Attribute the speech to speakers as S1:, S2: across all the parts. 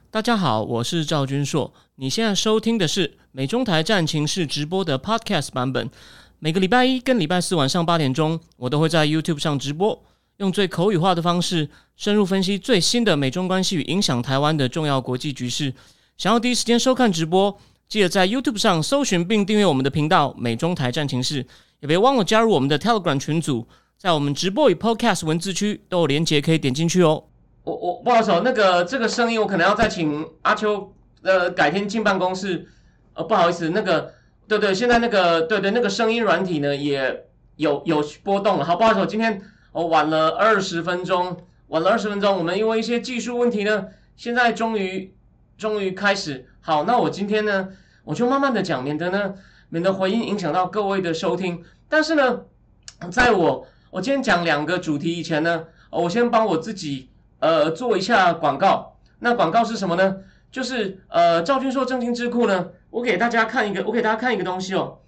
S1: 大家好，我是赵君硕。你现在收听的是美中台战情室直播的 Podcast 版本。每个礼拜一跟礼拜四晚上8点钟，我都会在 YouTube 上直播，用最口语化的方式，深入分析最新的美中关系与影响台湾的重要国际局势。想要第一时间收看直播，记得在 YouTube 上搜寻并订阅我们的频道美中台战情室，也别忘了加入我们的 Telegram 群组，在我们直播与 Podcast 文字区都有连结可以点进去哦。我不好意思，这个声音我可能要再请阿秋改天进办公室。不好意思，对，现在那个声音软体呢也有波动了。好，不好意思，我今天晚了20分钟，我们因为一些技术问题呢，现在终于开始。好，那我今天呢，我就慢慢的讲，免得回音影响到各位的收听。但是呢，在我今天讲2个主题以前呢，我先帮我自己做一下广告。那广告是什么呢？就是赵君硕正经智库呢，我给大家看一个东西哦。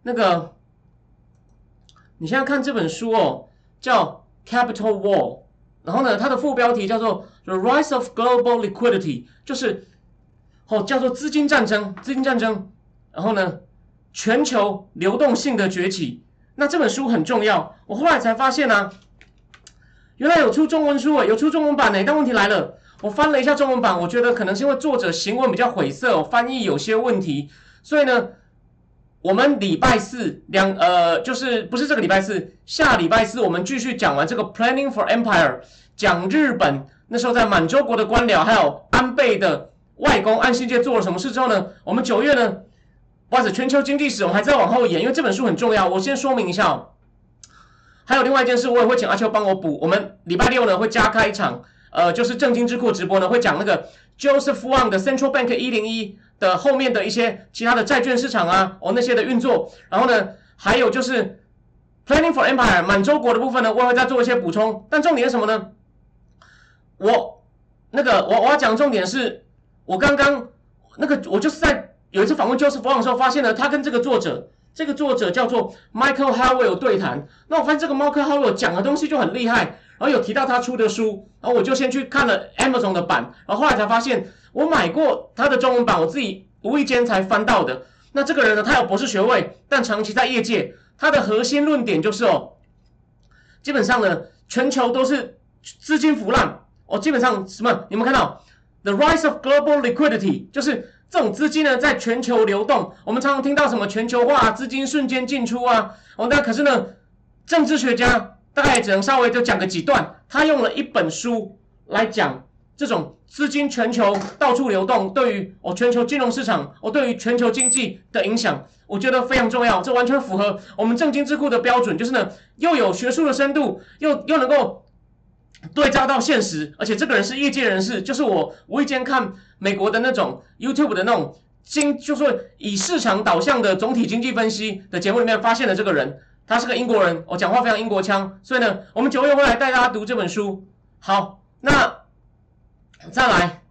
S1: 你现在看这本书哦，叫 Capital War， 然后呢，它的副标题叫做 The Rise of Global Liquidity， 就是叫做资金战争。然后呢，全球流动性的崛起。那这本书很重要，我后来才发现啊，原来有出中文书，有出中文版。但问题来了，我翻了一下中文版，我觉得可能是因为作者行文比较晦涩，翻译有些问题，所以呢，我们礼拜四就是不是这个礼拜四，下礼拜四我们继续讲完这个 Planning for Empire， 讲日本那时候在满洲国的官僚，还有安倍的外公岸信介做了什么事之后呢，我们9月呢，不好意思，全球经济史我们还在往后延，因为这本书很重要。我先说明一下哦。还有另外一件事，我也会请阿秋帮我补。我们礼拜6呢会加开一场，就是正经智库直播呢，会讲那个 Joseph Wong 的 Central Bank 101的后面的一些其他的债券市场啊，那些的运作。然后呢，还有就是 Planning for Empire 满洲国的部分呢，我也会再做一些补充。但重点是什么呢？我要讲重点是，我刚刚我就是在有一次访问 Joseph Wong 的时候，发现了他跟这个作者叫做 Michael Howell 对谈。那我发现这个 Michael Howell 讲的东西就很厉害，然后有提到他出的书，然后我就先去看了 Amazon 的版，然后后来才发现我买过他的中文版，我自己无意间才翻到的。那这个人呢，他有博士学位，但长期在业界，他的核心论点就是基本上呢，全球都是资金腐烂基本上什么？你们看到 The Rise of Global Liquidity， 就是这种资金呢在全球流动。我们常常听到什么全球化，资金瞬间进出啊。那可是呢，政治学家大概只能稍微就讲个几段。他用了一本书来讲这种资金全球到处流动对于全球金融市场对于全球经济的影响，我觉得非常重要。这完全符合我们正经智库的标准，就是呢又有学术的深度，又能够对照到现实，而且这个人是业界人士，就是我无意间看美国的那种 YouTube 的那种就是以市场导向的总体经济分析的节目里面发现了这个人，他是个英国人，讲话非常英国腔，所以呢，我们9月会来带大家读这本书。好，那再来，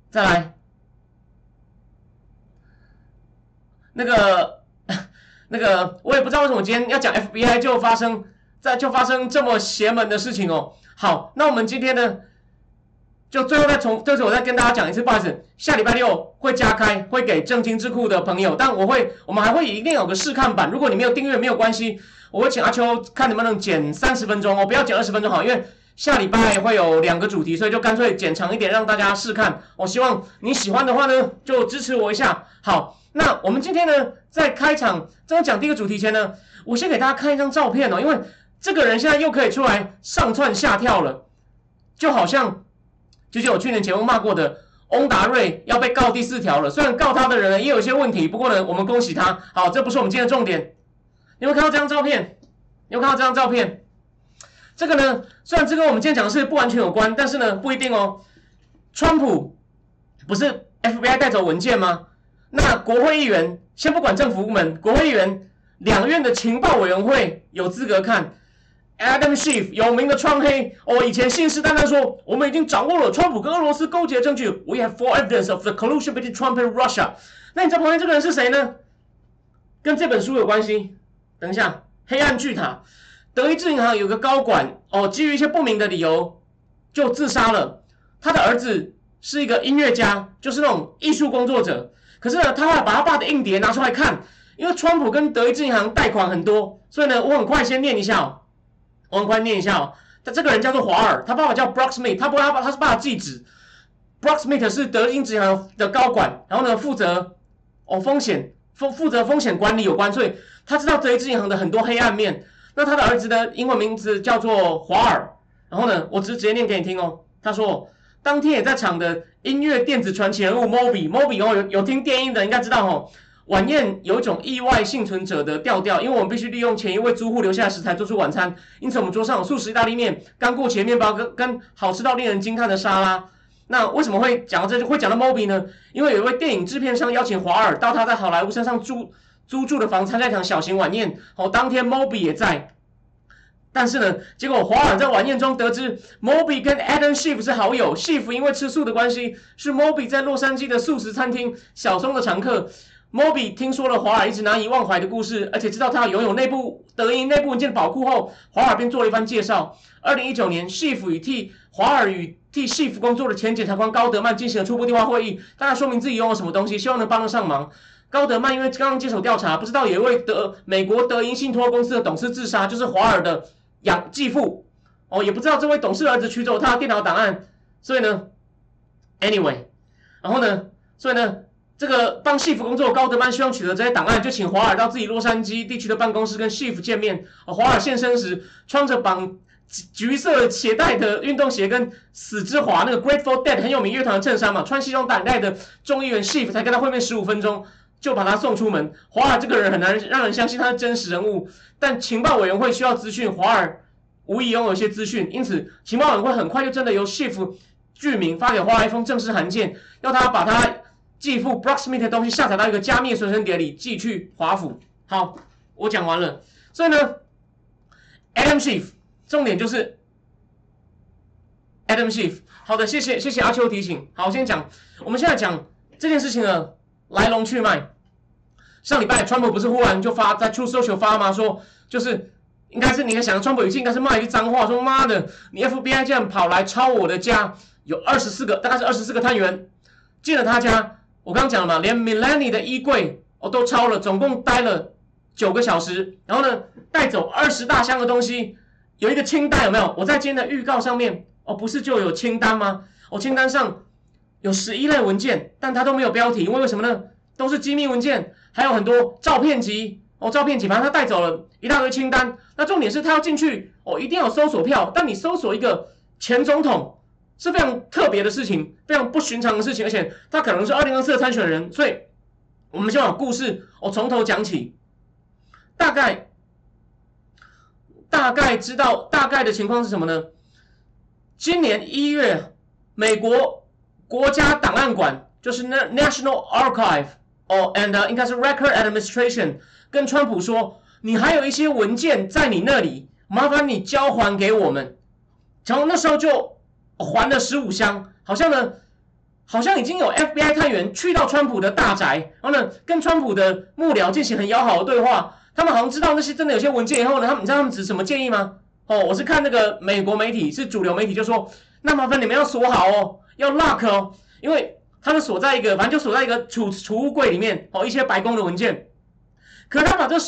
S1: 我也不知道为什么今天要讲 FBI 就发生这么邪门的事情哦。好，那我们今天呢，就最后我再跟大家讲一次，不好意思，下礼拜6会加开，会给正经智库的朋友，但我们还会一定有个试看版，如果你没有订阅没有关系，我会请阿秋看能不能剪30分钟不要剪20分钟好，因为下礼拜会有2个主题，所以就干脆剪长一点让大家试看。我希望你喜欢的话呢，就支持我一下。好，那我们今天呢，在开场在讲第一个主题前呢，我先给大家看一张照片因为这个人现在又可以出来上蹿下跳了，就好像我去年节目骂过的翁达瑞要被告第4条了。虽然告他的人呢也有一些问题，不过呢，我们恭喜他。好，这不是我们今天的重点。你有没有看到这张照片？这个呢，虽然这跟我们今天讲的是不完全有关，但是呢，不一定哦。川普不是 FBI 带走文件吗？那国会议员，先不管政府部门，国会议员2院的情报委员会有资格看。Adam Schiff 有名的川黑以前信誓旦旦说我们已经掌握了川普跟俄罗斯勾结的证据 ，We have full evidence of the collusion between Trump and Russia。那你知道旁边这个人是谁呢？跟这本书有关系。等一下，黑暗巨塔，德意志银行有个高管基于一些不明的理由就自杀了。他的儿子是一个音乐家，就是那种艺术工作者。可是呢，他后来把他爸的硬碟拿出来看，因为川普跟德意志银行贷款很多，所以呢，我很快先念一下哦。他这个人叫做华尔，他爸爸叫 Brock Smith， 他是爸爸继子。Brock Smith 是德意志银行的高管，然后呢负责风险管理有关，所以他知道德意志银行的很多黑暗面。那他的儿子的英文名字叫做华尔，然后呢，我直接念给你听哦。他说，当天也在场的音乐电子传奇人物 Moby 哦，有听电音的应该知道哦。晚宴有一种意外幸存者的调调，因为我们必须利用前一位租户留下的食材做出晚餐，因此我们桌上有素食意大利面、刚过期的面包跟好吃到令人惊叹的沙拉。那为什么会讲到这？会讲到 Moby 呢？因为有一位电影制片商邀请华尔到他在好莱坞山上租住的房参加一场小型晚宴。当天 Moby 也在。但是呢，结果华尔在晚宴中得知 Moby 跟 Adam Schiff 是好友 ，Schiff 因为吃素的关系是 Moby 在洛杉矶的素食餐厅小松的常客。Moby 听说了华尔一直难以忘怀的故事，而且知道他拥有德银内部文件保护后，华尔便做了一番介绍。2019年 ，Schiff 替华尔与替 Schiff 工作的前检察官高德曼进行了初步电话会议，大概说明自己拥有什么东西，希望能帮得上忙。高德曼因为刚刚接手调查，不知道有一位美国德银信托公司的董事自杀，就是华尔的继父也不知道这位董事的儿子取走他的电脑档案，所以呢 ，anyway， 然后呢，所以呢。这个帮 Schiff 工作的高德曼希望取得这些档案，就请华尔到自己洛杉矶地区的办公室跟 Schiff 见面。华尔现身时穿着绑橘色鞋带的运动鞋跟死之华那个 Grateful Dead 很有名乐团的衬衫嘛，穿西装打领带的众议员 Schiff 才跟他会面15分钟，就把他送出门。华尔这个人很难让人相信他是真实人物，但情报委员会需要资讯，华尔无疑拥有一些资讯，因此情报委员会很快就真的由 Schiff 具名发给华尔一封正式函件，要他把他继父 Brock Smith 的东西下载到一个加密随身碟里，寄去华府。好，我讲完了。所以呢 ，Adam Schiff 重点就是 Adam Schiff。好的，谢谢阿秋提醒。好，我先讲，我们现在讲这件事情的来龙去脉。上礼拜川普不是忽然就在 Truth Social 发吗？说就是应该是你想川普语气应该是骂一句脏话，说妈的，你 FBI 这样跑来抄我的家，有24个，大概是24个探员进了他家。我刚刚讲了嘛，连 Melania 的衣柜都抄了，总共待了9个小时，然后呢带走20大箱的东西，有一个清单有没有？我在今天的预告上面不是就有清单吗？清单上有11类文件，但它都没有标题，因为什么呢？都是机密文件，还有很多照片集照片集，反正他带走了一大堆清单。那重点是他要进去一定要有搜索票，但你搜索一个前总统是非常特别的事情，非常不寻常的事情，而且他可能是2024的参选人，所以我们先把故事从头讲起。大概知道大概的情况是什么呢？今年1月，美国国家档案馆就是 National Archive and 应该是 Record Administration 跟川普说，你还有一些文件在你那里，麻烦你交还给我们。然后那时候就还了15箱，好像已经有 FBI 探员去到川普的大宅，然后呢跟川普的幕僚进行很友好的对话。他们好像知道那些真的有些文件以后呢，你知道他们指什么建议吗？我是看那个美国媒体是主流媒体就说，那麻烦你们要锁好要 lock 因为他们锁在一个储物柜里面一些白宫的文件。可他把这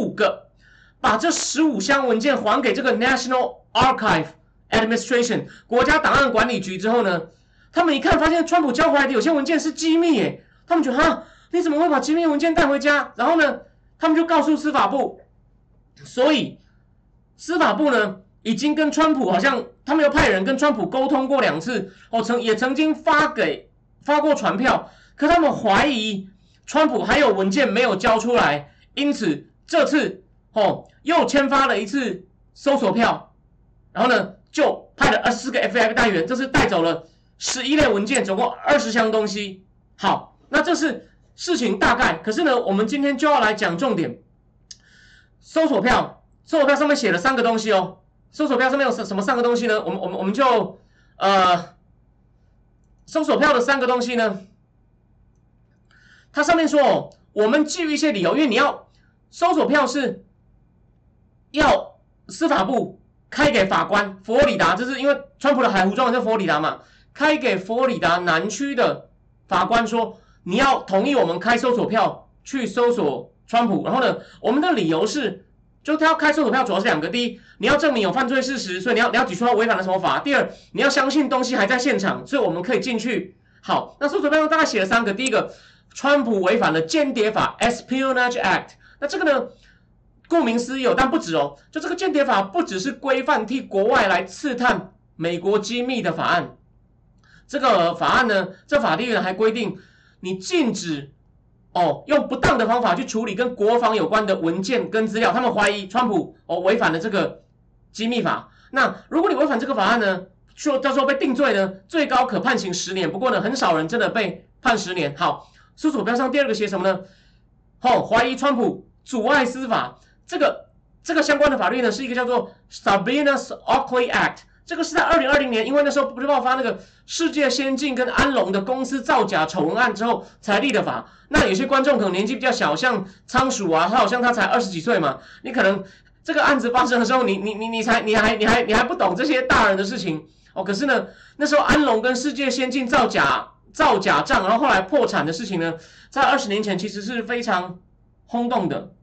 S1: 15箱文件还给这个 National Archive Administration 国家档案管理局之后呢，他们一看发现川普交回来的有些文件是机密耶，他们觉得你怎么会把机密文件带回家？然后呢，他们就告诉司法部，所以司法部呢已经跟川普好像他们又派人跟川普沟通过2次，也曾经发过传票，可他们怀疑川普还有文件没有交出来，因此这次又签发了一次搜索票，然后呢就派了24个 FBI 探员，这次带走了11类文件，总共20箱东西。好，那这是事情大概，可是呢，我们今天就要来讲重点。搜索票上面写了3个东西哦。搜索票上面有什么3个东西呢？我们就搜索票的3个东西呢，它上面说我们基于一些理由，因为你要搜索票是要司法部开给法官佛罗里达，这是因为川普的海湖庄园在佛罗里达嘛， 开给佛罗里达南区的法官说，你要同意我们开搜索票去搜索川普。然后呢，我们的理由是，就他要开搜索票主要是2个：第一，你要证明有犯罪事实，所以你要举出他违反了什么法；第二，你要相信东西还在现场，所以我们可以进去。好，那搜索票上大概写了3个：第一个，川普违反了间谍法 （Espionage Act）。那这个呢，顾名思义但不止哦，就这个间谍法不只是规范替国外来刺探美国机密的法案，这个法案呢，这法律呢还规定，你禁止用不当的方法去处理跟国防有关的文件跟资料。他们怀疑川普违反了这个机密法。那如果你违反这个法案呢，到时候被定罪呢，最高可判刑10年。不过呢，很少人真的被判10年。好，搜索标上第2个写什么呢？怀疑川普阻碍司法。这个相关的法律呢，是一个叫做 Sarbanes-Oxley Act。这个是在2020年，因为那时候不是爆发那个世界先进跟安龙的公司造假丑闻案之后才立的法。那有些观众可能年纪比较小，像仓鼠啊，他好像他才20几岁嘛，你可能这个案子发生的时候，你还不懂这些大人的事情可是呢，那时候安龙跟世界先进造假账，然后后来破产的事情呢，在20年前其实是非常轰动的。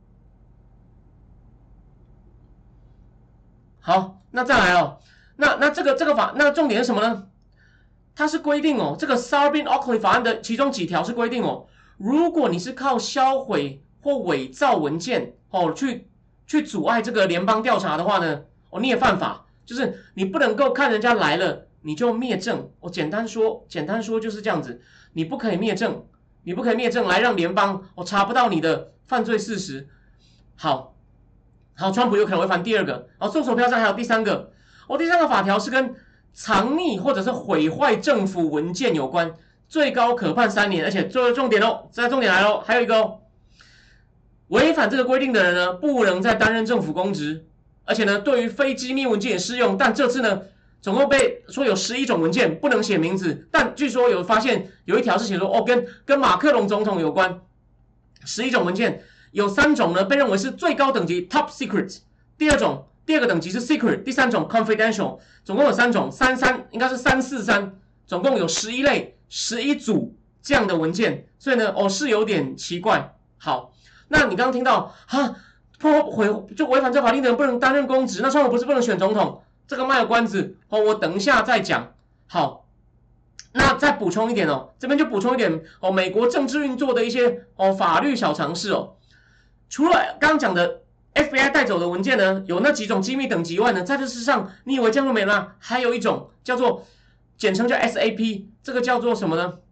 S1: 好，那再来那这个法，那重点是什么呢？它是规定这个 Sarbanes-Oxley 法案的其中几条是规定如果你是靠销毁或伪造文件去阻碍这个联邦调查的话呢，你也犯法，就是你不能够看人家来了你就灭证。简单说就是这样子，你不可以灭证来让联邦查不到你的犯罪事实。好，川普有可能违反第2个，搜索票上还有第3个。第3个法条是跟藏匿或者是毁坏政府文件有关，最高可判3年，而且最后重点重点来咯，还有一个违反这个规定的人呢，不能再担任政府公职，而且呢，对于非机密文件也适用。但这次呢，总共被说有11种文件不能写名字，但据说有发现有一条是写说跟马克龙总统有关，11种文件有3种呢被认为是最高等级 top secret， 第二个等级是 secret， 第3种 confidential， 总共有3种应该是343，总共有11类11组这样的文件，所以呢是有点奇怪。好，那你刚刚听到就违反这法令的人不能担任公职，那川普不是不能选总统，这个卖了关子我等一下再讲。好，那再补充一点这边就补充一点美国政治运作的一些法律小常识除了刚刚讲的FBI 带走的文件呢，有那几种机密等级以外呢，在这世上你以为这样就没了？还有一种叫做简称叫 SAP， 这个叫做什么呢？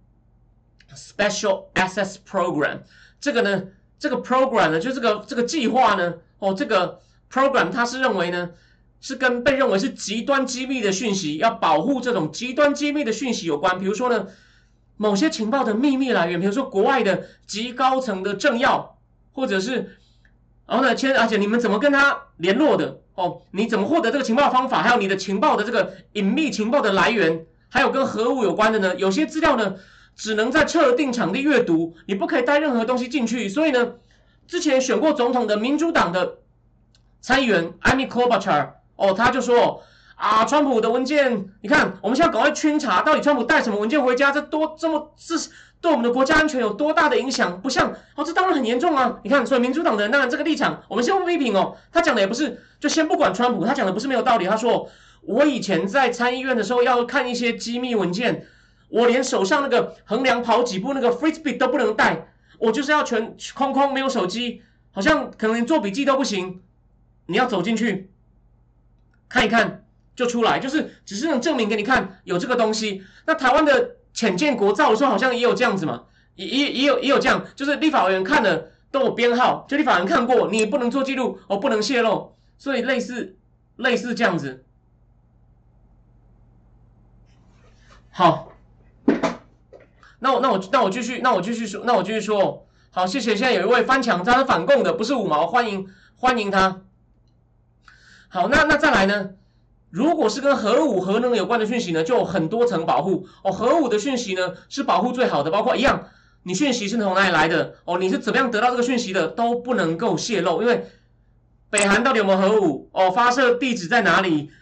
S1: Special Access Program。 这个 program 呢，就这个计划呢，这个 program 它是认为呢，是跟被认为是极端机密的讯息，要保护这种极端机密的讯息有关。比如说呢，某些情报的秘密来源，比如说国外的极高层的政要，或者是然后呢，而且你们怎么跟他联络的你怎么获得这个情报方法，还有你的情报的这个隐秘情报的来源，还有跟核武有关的呢，有些资料呢只能在特定场地阅读，你不可以带任何东西进去。所以呢，之前选过总统的民主党的参议员 Amy Klobuchar 他就说川普的文件，你看我们现在赶快圈查到底川普带什么文件回家，这对我们的国家安全有多大的影响？不像这当然很严重啊！你看，所以民主党的人当然这个立场，我们先不批评他讲的也不是，就先不管川普，他讲的不是没有道理。他说，我以前在参议院的时候要看一些机密文件，我连手上那个衡量跑几步那个 Frisbee 都不能带，我就是要全空没有手机，好像可能连做笔记都不行。你要走进去看一看就出来，就是只是能证明给你看有这个东西。那台湾的潜舰国造的时候好像也有这样子嘛，也有这样，就是立法委员看了都有编号，就立法委员看过，你不能做记录不能泄露，所以类似这样子。好，那我继续说。好，谢谢。现在有一位翻墙，他是反共的，不是五毛，欢迎他。好，那再来呢？如果是跟核武核能有关的讯息呢，就有很多层保护核武的讯息呢是保护最好的，包括一样，你讯息是从哪里来的你是怎么样得到这个讯息的，都不能够泄露，因为北韩到底有没有核武发射地址在哪里，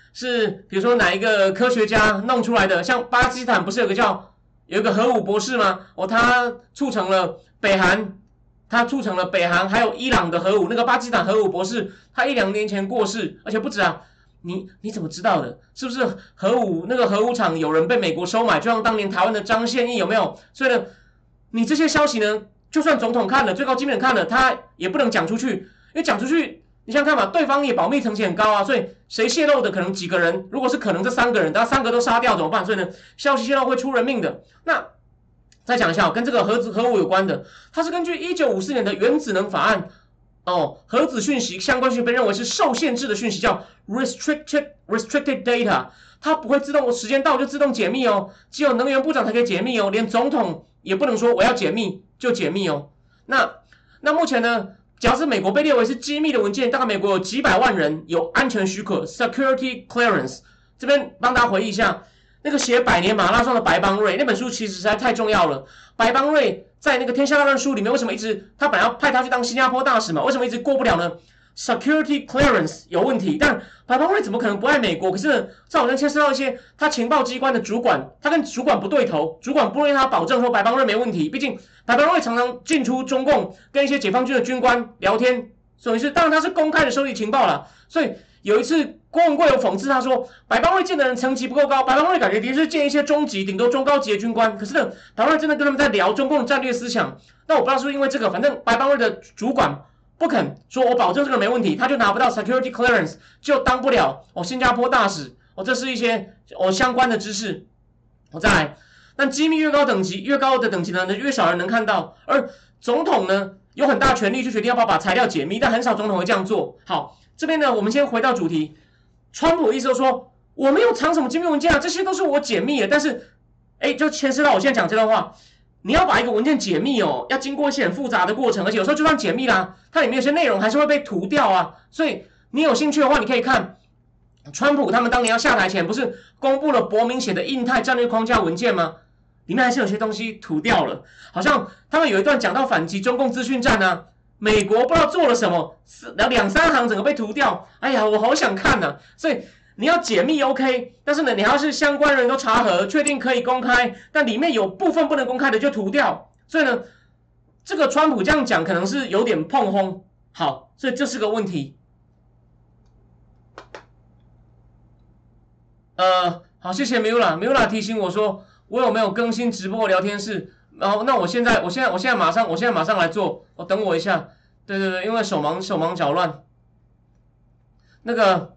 S1: 是比如说哪一个科学家弄出来的，像巴基斯坦不是有一个核武博士吗？他促成了北韩。他促成了北韩还有伊朗的核武，那个巴基斯坦核武博士，他1-2年前过世，而且不止啊，你怎么知道的？是不是那个核武厂有人被美国收买？就像当年台湾的张献义有没有？所以呢，你这些消息呢，就算总统看了，最高机密人看了，他也不能讲出去，因为讲出去，你想想看嘛，对方也保密层级很高啊，所以谁泄露的可能几个人，如果是可能这3个人，但3个都杀掉怎么办？所以呢，消息泄露会出人命的。那再讲一下跟这个核武有关的，它是根据1954年的原子能法案，核子讯息相关讯息被认为是受限制的讯息，叫 restricted data， 它不会自动时间到就自动解密哦，只有能源部长才可以解密哦，连总统也不能说我要解密就解密哦。那目前呢，只要是美国被列为是机密的文件，大概美国有几百万人有安全许可 （security clearance）。这边帮大家回忆一下。那个写百年马拉松的白邦瑞那本书其实实在太重要了。白邦瑞在那个《天下大乱》书里面，为什么他本来要派他去当新加坡大使嘛？为什么一直过不了呢 ？Security clearance 有问题。但白邦瑞怎么可能不爱美国？可是呢，这好像牵涉到一些他情报机关的主管，他跟主管不对头，主管不让他保证说白邦瑞没问题。毕竟白邦瑞常常进出中共，跟一些解放军的军官聊天，所以是当然他是公开的收集情报啦。所以有一次，郭文贵有讽刺他说，白邦瑞见的人层级不够高，白邦瑞感觉的确是见一些中级，顶多中高级的军官。可是呢，白邦瑞真的跟他们在聊中共的战略思想。那我不知道是不是因为这个，反正白邦瑞的主管不肯说，我保证这个没问题，他就拿不到 security clearance， 就当不了新加坡大使。这是一些相关的知识。再来，但机密越高等级，越高的等级呢，越少人能看到。而总统呢，有很大权力去决定要不要把材料解密，但很少总统会这样做。好。这边呢，我们先回到主题。川普的意思就是说，我没有藏什么机密文件啊，这些都是我解密的。但是，就牵涉到我现在讲这段话，你要把一个文件解密哦，要经过一些很复杂的过程，而且有时候就算解密啦，它里面有些内容还是会被涂掉啊。所以，你有兴趣的话，你可以看川普他们当年要下台前，不是公布了伯明写的印太战略框架文件吗？里面还是有些东西涂掉了，好像他们有一段讲到反击中共资讯战啊。美国不知道做了什么，2-3行整个被涂掉。哎呀，我好想看啊！所以你要解密 OK， 但是呢，你还要是相关人都查核，确定可以公开，但里面有部分不能公开的就涂掉。所以呢，这个川普这样讲可能是有点碰轰。好，所以这是个问题。好，谢谢 Mula 提醒我说我有没有更新直播聊天室。然后，那我现在马上来做，等我一下。对，因为手忙脚乱。那个，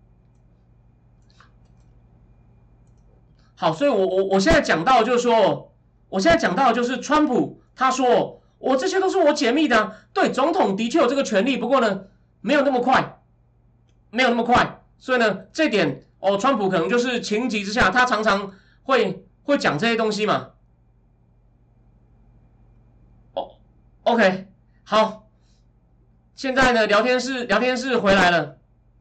S1: 好，所以我现在讲到就是说，就是川普他说这些都是我解密的啊。对，总统的确有这个权利，不过呢，没有那么快。所以呢，这点川普可能就是情急之下，他常常会讲这些东西嘛。OK， 好，现在呢，聊天室回来了。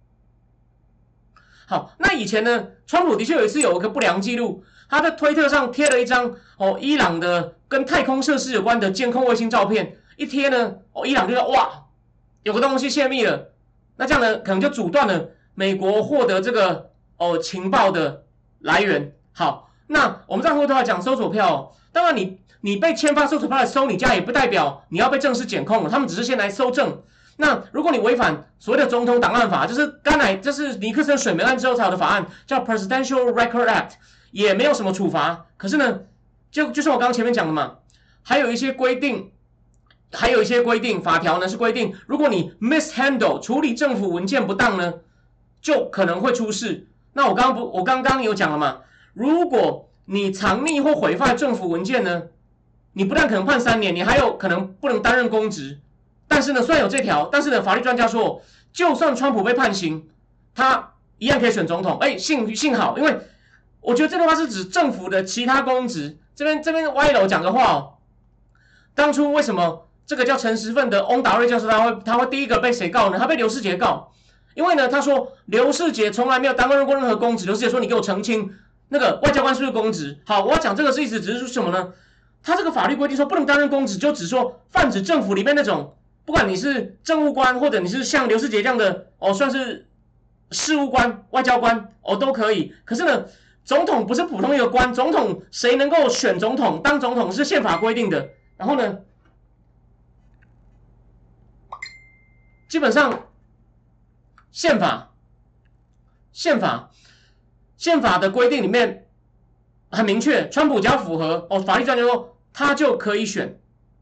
S1: 好，那以前呢，川普的确有一次有一个不良记录，他在推特上贴了一张伊朗的跟太空设施有关的监控卫星照片，一贴呢，伊朗就说哇，有个东西泄密了，那这样呢，可能就阻断了美国获得这个情报的来源。好，那我们再回头来讲搜索票，当然你被签发搜索票来搜你家，也不代表你要被正式检控了，他们只是先来搜证。那如果你违反所谓的总统档案法，就是这是尼克森水门案之后才有的法案，叫 Presidential Record Act， 也没有什么处罚。可是呢，就像我刚刚前面讲的嘛，还有一些规定法条呢是规定，如果你 mishandle 处理政府文件不当呢，就可能会出事。那我刚刚有讲了嘛，如果你藏匿或毁坏政府文件呢，你不但可能判3年，你还有可能不能担任公职。但是呢，虽然有这条，但是呢，法律专家说，就算川普被判刑，他一样可以选总统。幸好，因为我觉得这句话是指政府的其他公职。这边歪楼讲个话当初为什么这个叫陈时奋的翁达瑞教授他会第一个被谁告呢？他被刘世杰告，因为呢，他说刘世杰从来没有担任过任何公职。刘世杰说：“你给我澄清，那个外交官是不是公职？”好，我要讲这个意思，只是说什么呢？他这个法律规定说不能担任公职，就只说泛指政府里面那种。不管你是政务官，或者你是像刘世杰这样的算是事务官、外交官都可以。可是呢，总统不是普通一个官，总统谁能够选总统当总统是宪法规定的。然后呢，基本上宪法的规定里面很明确，川普只要符合法律专家说他就可以选，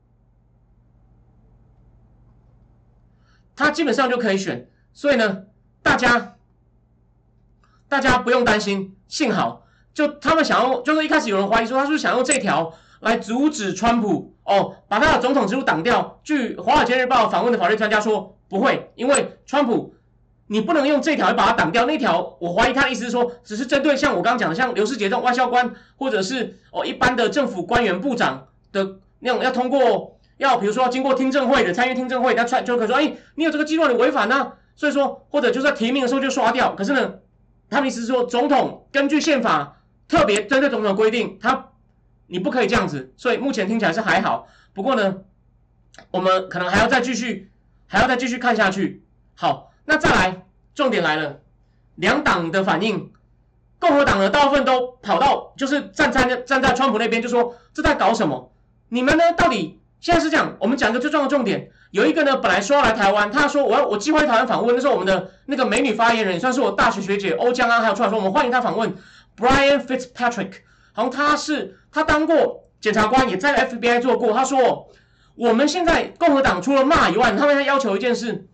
S1: 他基本上就可以选。所以呢，大家不用担心。幸好，就他们想要，就是一开始有人怀疑说他是不是想用这条来阻止川普把他的总统职务挡掉。据《华尔街日报》访问的法律专家说，不会，因为川普你不能用这条把它挡掉。那条我怀疑他的意思是说，只是针对像我刚刚讲的，像刘世杰这种外交官，或者是一般的政府官员、部长的那种要通过，要比如说经过听证会的，参与听证会，他就可以说，你有这个记录你违反啊。所以说，或者就是在提名的时候就刷掉。可是呢，他们意思是说，总统根据宪法特别针对总统的规定，你不可以这样子。所以目前听起来是还好。不过呢，我们可能还要再继续看下去。好，那再来，重点来了，两党的反应，共和党呢大部分都跑到就是站在川普那边，就说这在搞什么？你们呢到底现在是这样？我们讲一个最重要的重点。有一个呢，本来说要来台湾，他说我计划去台湾访问。那时候我们的那个美女发言人，也算是我大学学姐欧江安，还有出来说我们欢迎他访问 Brian Fitzpatrick， 好像他当过检察官，也在 FBI 做过。他说我们现在共和党除了骂以外，他们要求一件事，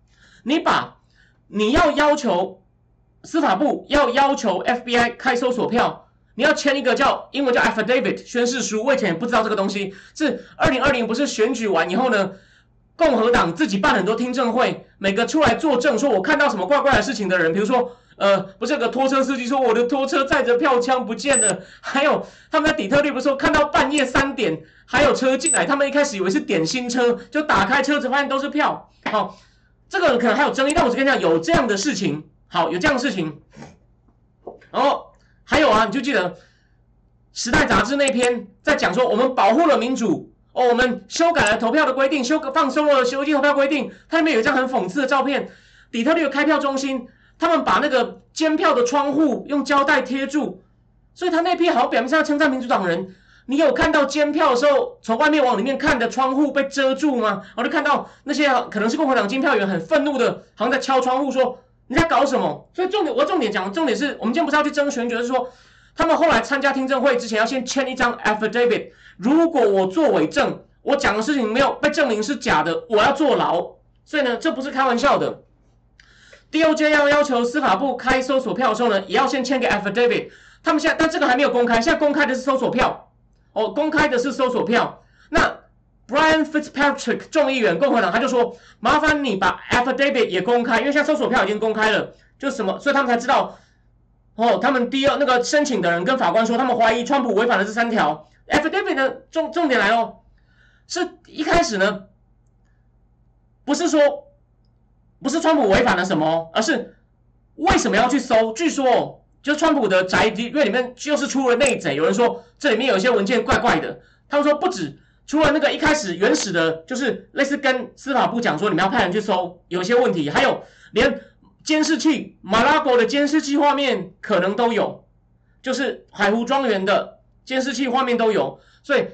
S1: 你要要求司法部要求 FBI 开搜索票。你要签一个英文叫 affidavit 宣誓书，我以前也不知道这个东西。是2020不是选举完以后呢，共和党自己办很多听证会，每个出来作证说我看到什么怪怪的事情的人，比如说不是有个拖车司机说我的拖车载着票枪不见了，还有他们在底特律不是说看到半夜3点还有车进来，他们一开始以为是点心车，就打开车子发现都是票。好，这个可能还有争议，但我只跟你讲有这样的事情。好，有这样的事情，然后。还有啊，你就记得《时代》杂志那篇在讲说，我们保护了民主我们修改了投票的规定，放松了邮寄投票规定。它里面有一张很讽刺的照片，底特律的开票中心，他们把那个监票的窗户用胶带贴住，所以他那篇好像表面上称赞民主党人。你有看到监票的时候从外面往里面看的窗户被遮住吗？我就看到那些可能是共和党监票员很愤怒的，好像在敲窗户说。你在搞什么？所以我重点讲的重点是我们今天不是要去争选举，就是说他们后来参加听证会之前要先签一张 affidavit， 如果我作伪证，我讲的事情没有被证明是假的，我要坐牢。所以呢，这不是开玩笑的。DOJ 要求司法部开搜索票的时候呢，也要先签个 affidavit。他们现在，但这个还没有公开，现在公开的是搜索票公开的是搜索票。那Brian Fitzpatrick 众议员共和党他就说，麻烦你把 affidavit 也公开，因为现在搜索票已经公开了，就是什么，所以他们才知道他们那个申请的人跟法官说，他们怀疑川普违反了这3条。affidavit 的重点来咯，是一开始呢，不是川普违反了什么，而是为什么要去搜？据说就是川普的宅院里面就是出了内贼，有人说这里面有一些文件怪怪的，他们说不止。除了那个一开始原始的，就是类似跟司法部讲说你们要派人去搜，有些问题，还有连监视器马拉狗的监视器画面可能都有，就是海湖庄园的监视器画面都有。所以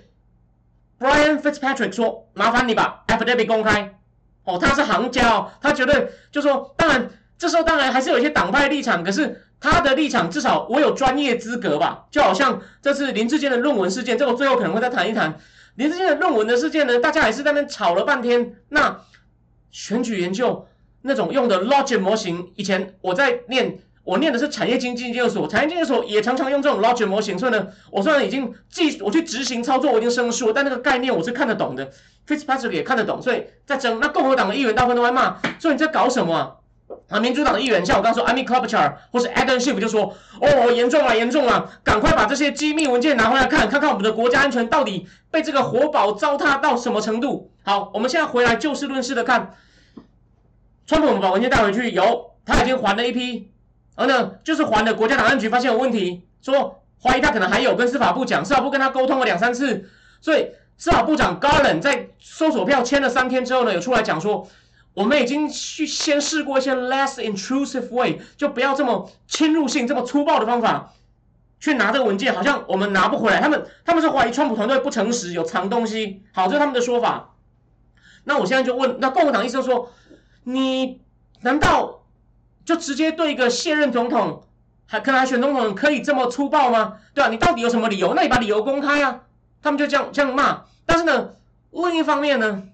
S1: Brian Fitzpatrick 说，麻烦你把 affidavit 公开他是行家他绝对就说，当然这时候当然还是有一些党派立场，可是他的立场至少我有专业资格吧，就好像这次林智坚的论文事件，这个最后可能会再谈一谈。林智坚的论文的事件呢，大家还是在那边吵了半天。那选举研究那种用的 logic 模型，以前我念的是产业经济研究所，产业经济研究所也常常用这种 logic 模型。所以呢，我虽然已经我去执行操作，我已经生疏了，但那个概念我是看得懂的。Fitzpatrick 也看得懂，所以在争。那共和党的议员大部分都在骂，说你在搞什么民主党的议员像我刚说 Amy Klobuchar 或是 Adam Schiff 就说严重了，赶快把这些机密文件拿回来看看我们的国家安全到底被这个活宝糟蹋到什么程度。好，我们现在回来就事论事的看，川普我们把文件带回去，他已经还了一批，然后呢就是还了国家档案局发现有问题，说怀疑他可能还有跟司法部讲，司法部跟他沟通了2-3次，所以司法部长 Garland 在搜索票签了3天之后呢，有出来讲说， 我们已经去先试过一些 less intrusive way， 就不要这么侵入性、这么粗暴的方法去拿这个文件，好像我们拿不回来。他们是怀疑川普团队不诚实，有藏东西。好，这是他们的说法。那我现在就问，那共和党意思就是说，你难道就直接对一个现任总统，可能还选总统可以这么粗暴吗？对吧？你到底有什么理由？那你把理由公开啊！他们就这样骂。但是呢，另一方面呢，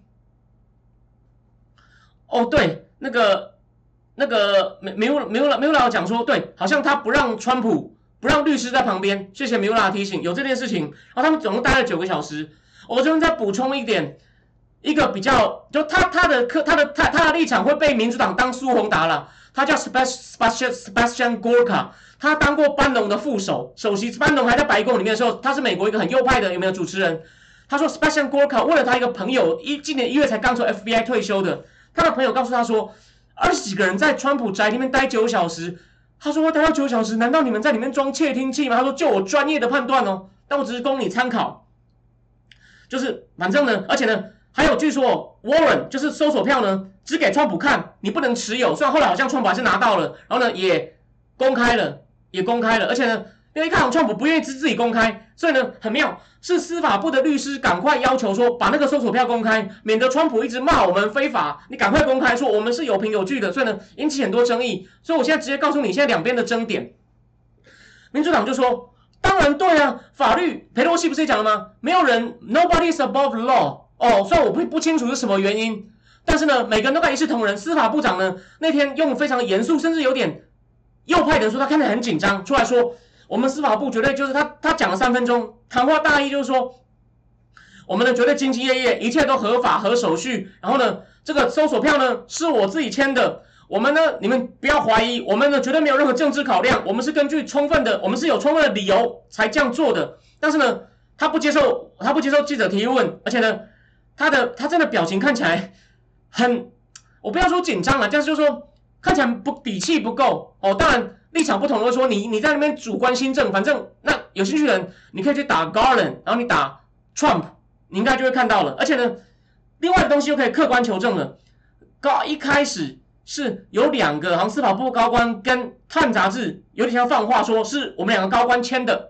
S1: 哦对，那个梅乌拉讲说，对，好像他不让川普不让律师在旁边。谢谢梅乌拉提醒，有这件事情。然后他们总共待了9个小时。我这边再补充一点。一个比较，就他的立场会被民主党当苏宏达了。他叫 Sebastian Gorka， 他当过班农的副手席。班农还在白宫里面的时候，他是美国一个很右派的有没有主持人？他说 Sebastian Gorka 问了他一个朋友，今年1月才刚从 FBI 退休的，他的朋友告诉他说，20几个人在川普宅里面待9小时。他说待到9小时，难道你们在里面装窃听器吗？他说就我专业的判断哦，但我只是供你参考。就是反正呢，而且呢。还有据说 Warren 就是搜索票呢，只给川普看，你不能持有。虽然后来好像川普还是拿到了，然后呢也公开了，而且呢，因为看川普不愿意自己公开，所以呢很妙，是司法部的律师赶快要求说把那个搜索票公开，免得川普一直骂我们非法，你赶快公开说我们是有凭有据的。所以呢引起很多争议。所以我现在直接告诉你，现在两边的争点，民主党就说，当然对啊，法律裴洛西不是也讲了吗？没有人 ，nobody is above the law。哦，虽然我不清楚是什么原因，但是呢，每个人都该一视同仁。司法部长呢那天用非常严肃，甚至有点右派的人说他看得很紧张，出来说我们司法部绝对就是他讲了3分钟，谈话大意就是说，我们呢绝对兢兢业业，一切都合法合手续。然后呢，这个搜索票呢是我自己签的，我们呢你们不要怀疑，我们呢绝对没有任何政治考量，我们是根据我们是有充分的理由才这样做的。但是呢，他不接受记者提问，而且呢。他真的表情看起来很，我不要说紧张了，但是就是说看起来底气不够哦。当然立场不同的说，你在那边主观新政，反正那有兴趣的人，你可以去打 Garland， 然后你打 Trump， 你应该就会看到了。而且呢，另外的东西又可以客观求证了。一开始是有2个好像司法部高官跟《看》杂志有点像放话，说是我们2个高官签的，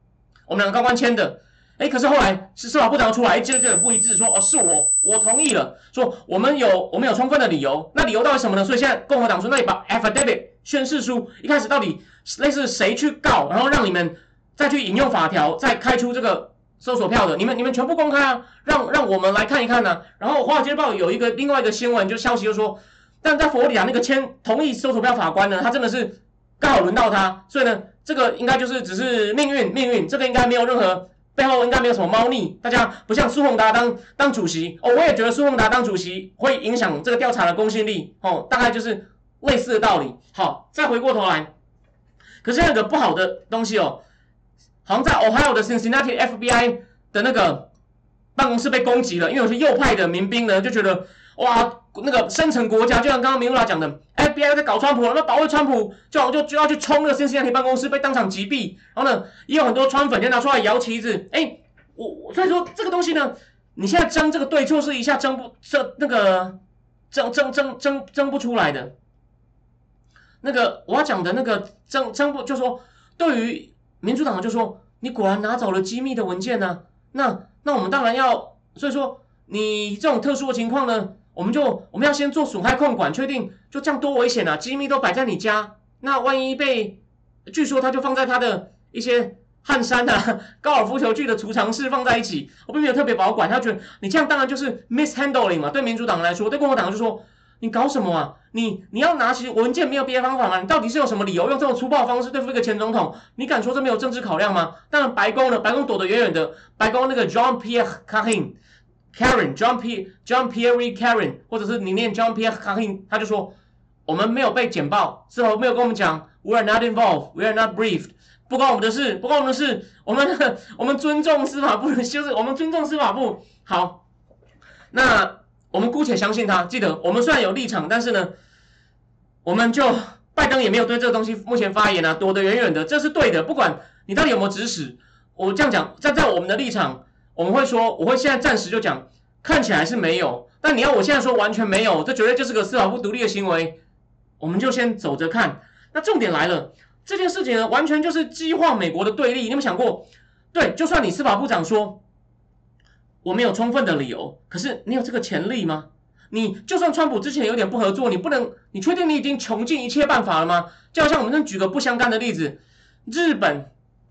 S1: 可是后来是司法部长出来，这个很不一致，说是我同意了，说我们有充分的理由，那理由到底什么呢？所以现在共和党说，那你把 affidavit 宣誓书一开始到底类似谁去告，然后让你们再去引用法条，再开出这个搜索票的，你们全部公开啊，让我们来看一看啊。然后华尔街日报有另外一个新闻，就消息就说，但在佛罗里达那个同意搜索票法官呢，他真的是刚好轮到他，所以呢，这个应该就是只是命运，这个应该没有任何。背后应该没有什么猫腻，大家不像苏宏达当主席哦，我也觉得苏宏达当主席会影响这个调查的公信力哦，大概就是类似的道理。好，再回过头来，可是有个不好的东西哦，好像在 Ohio 的 Cincinnati FBI 的那个办公室被攻击了，因为有些右派的民兵呢就觉得哇，那个深层国家，就像刚刚明路拉讲的 ，FBI 在搞川普，那保卫川普，就要去冲那个 Cincinnati 办公室，被当场击毙。然后呢，也有很多川粉就拿出来摇旗子。所以说这个东西呢，你现在争这个对错是一下争不出来的。那个我要讲的那个争不，就说对于民主党就说，你果然拿走了机密的文件呢、啊，那我们当然要，所以说你这种特殊的情况呢。我们要先做损害控管，确定就这样多危险啊！机密都摆在你家，那万一据说他就放在他的一些汉山啊、高尔夫球具的储藏室放在一起，我并没有特别保管。他觉得你这样当然就是 mishandling 嘛。对民主党来说，对共和党就说你搞什么啊？你要拿起文件没有别的方法吗？你到底是有什么理由用这种粗暴的方式对付一个前总统？你敢说这没有政治考量吗？当然白宫躲得远远的，白宫那个 John Pierre John Pierre Karen， 或者是你念 John Pierre Karen， 他就说我们没有被简报，司法部没有跟我们讲 ，We are not involved, we are not briefed， 不关我们的事，我们尊重司法部，就是我们尊重司法部。好，那我们姑且相信他。记得我们虽然有立场，但是呢，我们就拜登也没有对这个东西目前发言啊，躲得远远的，这是对的。不管你到底有没有指使，我这样讲，站在我们的立场。我会现在暂时就讲， 看起来是没有，但你要我现在说完全没有，这绝对就是个司法部独立的行为，我们就先走着看。那重点来了，这件事情呢，完全就是激化美国的对立。你有没有想过，对，就算你司法部长说我没有充分的理由，可是你有这个潜力吗？你就算川普之前有点不合作，你确定你已经穷尽一切办法了吗？就好像我们举个不相干的例子，日本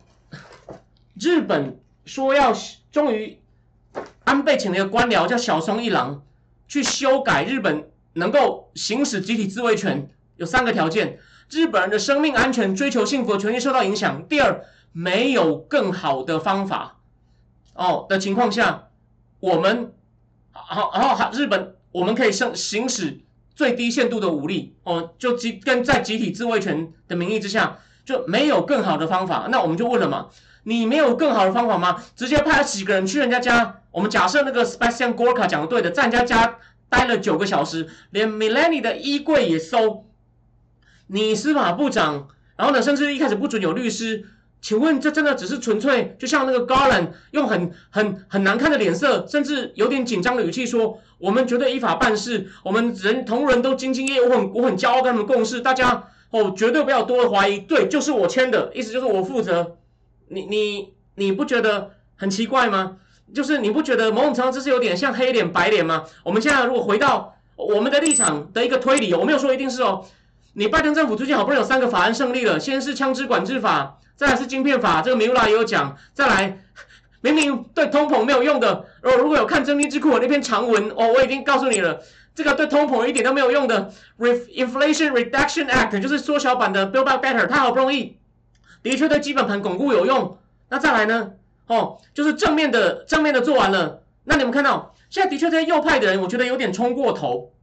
S1: 说要终于安倍请了一个官僚叫小松一郎去修改日本能够行使集体自卫权，有3个条件：日本人的生命安全、追求幸福的权利受到影响；第二，没有更好的方法的情况下，我们日本我们可以行使最低限度的武力就跟在集体自卫权的名义之下，就没有更好的方法。那我们就问了嘛，你没有更好的方法吗？直接派几个人去人家家，我们假设那个 Sebastian Gorka 讲的对的，在人家家待了9个小时，连 Melania 的衣柜也搜。你司法部长，然后呢，甚至一开始不准有律师。请问这真的只是纯粹就像那个 Garland 用很难看的脸色，甚至有点紧张的语气说，我们绝对依法办事，我们同仁都兢兢业业，我很骄傲跟他们共事，大家绝对不要多的怀疑，对，就是我签的，意思就是我负责。你不觉得很奇怪吗？就是你不觉得某种程度这是有点像黑脸白脸吗？我们现在如果回到我们的立场的一个推理，我没有说一定是你拜登政府最近好不容易有3个法案胜利了，先是枪支管制法，再来是晶片法，这个米乌拉也有讲，再来明明对通膨没有用的，如果有看真理智库的那篇长文我已经告诉你了，这个对通膨一点都没有用的 Inflation Reduction Act 就是缩小版的 Build Back Better， 它好不容易的确对基本盘巩固有用。那再来呢就是正面的做完了，那你们看到现在的确这些右派的人我觉得有点冲过头，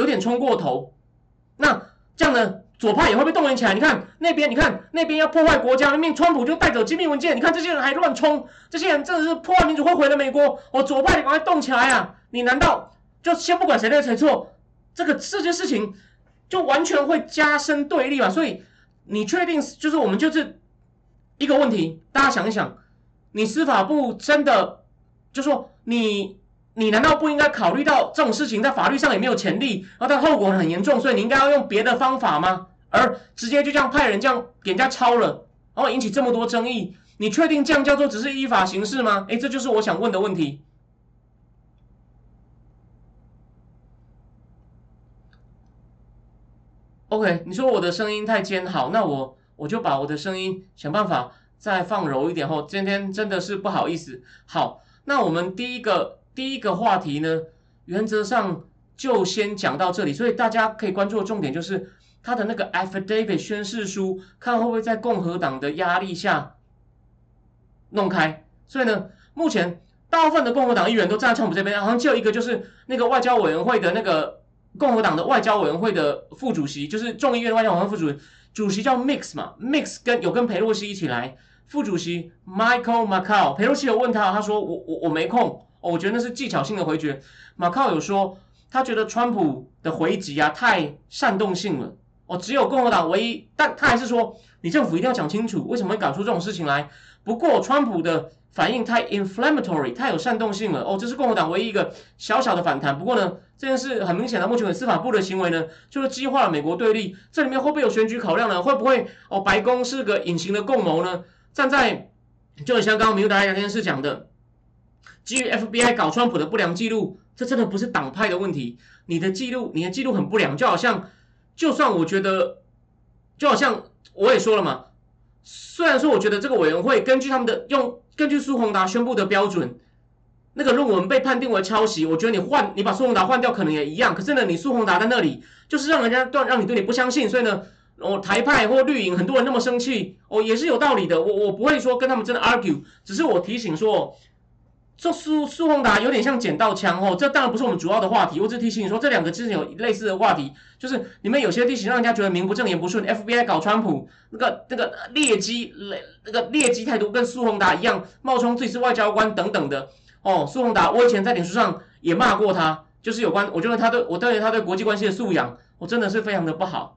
S1: 那这样呢左派也会被动员起来。你看那边要破坏国家，明明川普就带走机密文件，你看这些人还乱冲，这些人真的是破坏民主会毁了美国。左派你赶快动起来啊！你难道就先不管谁对谁错，这件事情就完全会加深对立嘛？所以你确定就是我们就是一个问题，大家想一想，你司法部真的就说你难道不应该考虑到这种事情在法律上也没有潜力，然后它后果很严重，所以你应该要用别的方法吗？而直接就这样派人这样给人家抄了，然后引起这么多争议，你确定这样叫做只是依法行事吗？这就是我想问的问题。OK， 你说我的声音太尖，好，那我就把我的声音想办法再放柔一点今天真的是不好意思。好，那我们第一个话题呢，原则上就先讲到这里，所以大家可以关注的重点就是他的那个 affidavit 宣誓书，看会不会在共和党的压力下弄开。所以呢，目前大部分的共和党议员都站在川普这边，好像只有一个就是那个外交委员会的那个共和党的外交委员会的副主席，就是众议院外交委员会副主席叫 Mix 嘛 ，Mix 跟裴洛西一起来，副主席 Michael McCaul， 裴洛西有问他说我没空。我觉得那是技巧性的回绝。马靠有说，他觉得川普的回击太煽动性了。只有共和党唯一，但他还是说，你政府一定要讲清楚，为什么会搞出这种事情来。不过，川普的反应太 inflammatory， 太有煽动性了。这是共和党唯一一个小小的反弹。不过呢，这件事很明显的，目前司法部的行为呢，就是激化了美国对立。这里面会不会有选举考量呢？会不会白宫是个隐形的共谋呢？站在就很像刚刚民主党聊天室讲的。基于 FBI 搞川普的不良记录，这真的不是党派的问题。你的记录很不良，就算我觉得，就好像我也说了嘛，虽然说我觉得这个委员会根据苏宏达宣布的标准，那个论文被判定为抄袭，我觉得你把苏宏达换掉可能也一样。可是呢，你苏宏达在那里，就是让你对你不相信，所以呢，台派或绿营很多人那么生气，也是有道理的。我不会说跟他们真的 argue， 只是我提醒说。这苏宏达有点像捡到枪这当然不是我们主要的话题。我只提醒你说，这2个之前有类似的话题，就是你们有些地形让人家觉得名不正言不顺 ，FBI 搞川普那个劣迹态度跟苏宏达一样，冒充自己是外交官等等的苏宏达，我以前在脸书上也骂过他，就是有关，我觉得我对他对国际关系的素养，我真的是非常的不好。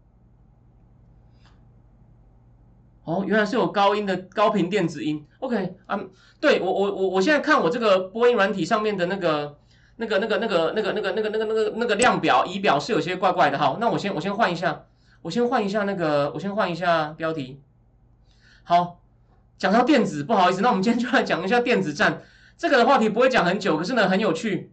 S1: 原来是有高音的高频电子音。OK，对我现在看我这个播音软体上面的那个那个量表仪表是有些怪怪的。好，那我先换一下，我先换一下标题。好，讲到电子，不好意思，那我们今天就来讲一下电子战这个的话题，不会讲很久，可是呢很有趣。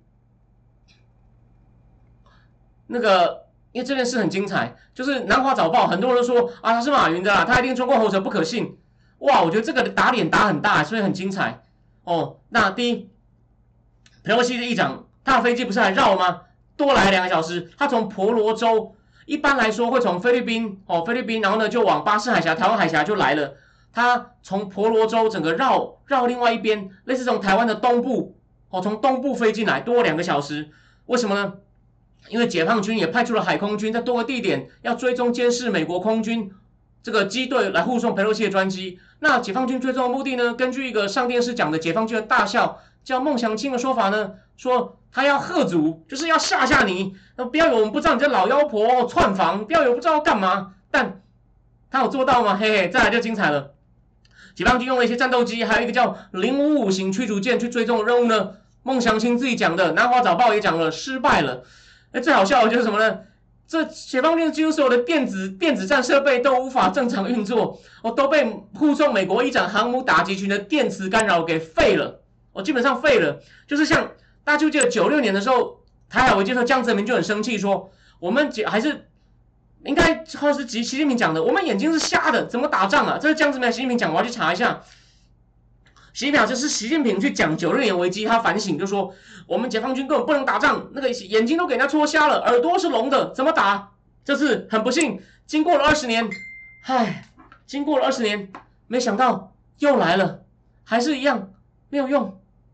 S1: 因为这件事很精彩，就是南华早报很多人都说啊他是马云的啦，他一定中共喉舌不可信。哇，我觉得这个打脸打很大，所以很精彩哦。那第一，裴洛西的议长，他的飞机不是还绕吗？多来2个小时，他从婆罗洲，一般来说会从菲律宾，然后呢就往巴士海峡、台湾海峡就来了。他从婆罗洲整个绕另外一边，类似从台湾的东部，从东部飞进来，多2个小时。为什么呢？因为解放军也派出了海空军在多个地点要追踪监视美国空军这个机队来护送裴洛西的专机。那解放军追踪的目的呢？根据一个上电视讲的解放军的大校叫孟祥青的说法呢，说他要吓阻，就是要吓你，不要有我们不知道你这老妖婆窜防，不要有不知道干嘛。但他有做到吗？嘿嘿，再来就精彩了。解放军用了一些战斗机，还有一个叫055型驱逐舰去追踪任务呢。孟祥青自己讲的，南华早报也讲了，失败了。最好笑的就是什么呢？这解放军几乎所有的电子战设备都无法正常运作，都被护送美国一盏航母打击群的电磁干扰给废了，基本上废了。就是像大家就记得96年的时候，台海危机的时候，江泽民就很生气说，我们还是应该好像是习近平讲的，我们眼睛是瞎的，怎么打仗啊？这是江泽民还是习近平讲？我要去查一下。习近平这是习近平去讲96年危机，他反省就说，我们解放军根本不能打仗，那个眼睛都给他戳瞎了，耳朵是聋的，怎么打？这次很不幸，经过了20年，经过了20年，没想到又来了，还是一样没有用。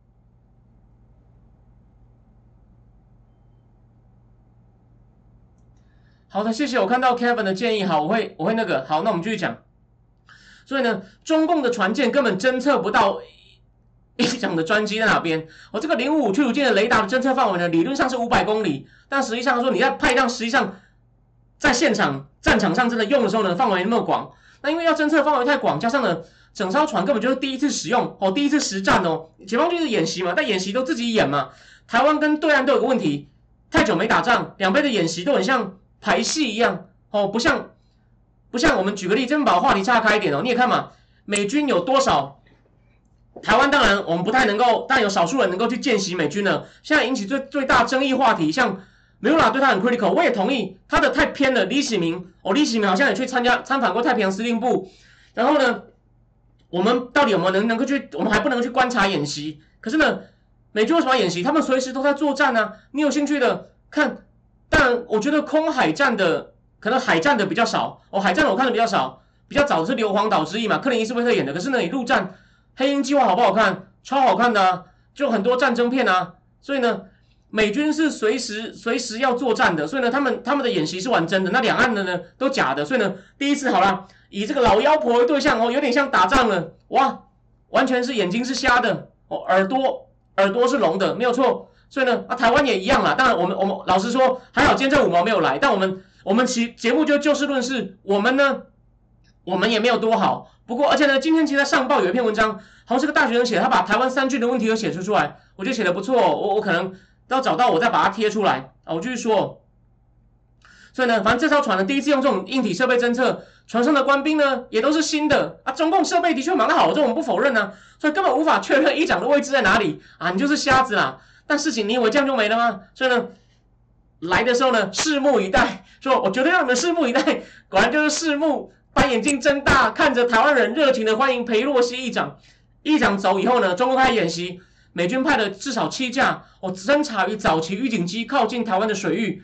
S1: 好的，谢谢，我看到 Kevin 的建议，好，我会那个，好，那我们继续讲。所以呢，中共的船舰根本侦测不到议长的专机在哪边。这个055驱逐舰的雷达的侦测范围呢，理论上是500公里，但实际上说你在派上，实际上在现场战场上真的用的时候呢，范围那么广。那因为要侦测范围太广，加上呢，整艘船根本就是第一次使用第一次实战哦。解放军是演习嘛，但演习都自己演嘛。台湾跟对岸都有个问题，太久没打仗，两边的演习都很像排戏一样不像我们举个例，这边把话题岔开一点你也看嘛，美军有多少？台湾当然我们不太能够，但有少数人能够去见习美军呢。现在引起最大争议话题，像梅鲁拉对他很 critical， 我也同意，他的太偏了。李喜明好像也去参访过太平洋司令部。然后呢，我们到底有没有能够去？我们还不能去观察演习。可是呢，美军为什么要演习？他们随时都在作战啊。你有兴趣的看？但我觉得空海战的。可能海战的比较少海战的我看的比较少，比较早的是硫磺岛之役嘛，克林伊斯威特演的。可是呢，你陆战黑鹰计划好不好看？超好看的啊，就很多战争片啊。所以呢，美军是随时要作战的，所以呢，他们的演习是玩真的，那两岸的呢都假的。所以呢，第一次好了，以这个老妖婆为对象有点像打仗了，哇，完全是眼睛是瞎的耳朵是聋的，没有错。所以呢，台湾也一样啦。当然我们老实说，还好今天这5毛没有来，但我们节目就事论事，我们也没有多好。不过，而且呢，今天其实在上报有一篇文章，好像是个大学生写的，他把台湾3句的问题都写出来，我觉得写的不错。我可能要找到我再把它贴出来我继续说。所以呢，反正这艘船呢，第一次用这种硬体设备侦测，船上的官兵呢也都是新的中共设备的确蛮好，这我们不否认所以根本无法确认议长的位置在哪里你就是瞎子啦。但事情你以为这样就没了吗？所以呢，来的时候呢，拭目以待。说我绝对让你们拭目以待，果然就是拭目，把眼睛睁大，看着台湾人热情的欢迎裴洛西议长。议长走以后呢，中共开始演习，美军派了至少7架侦察与早期预警机靠近台湾的水域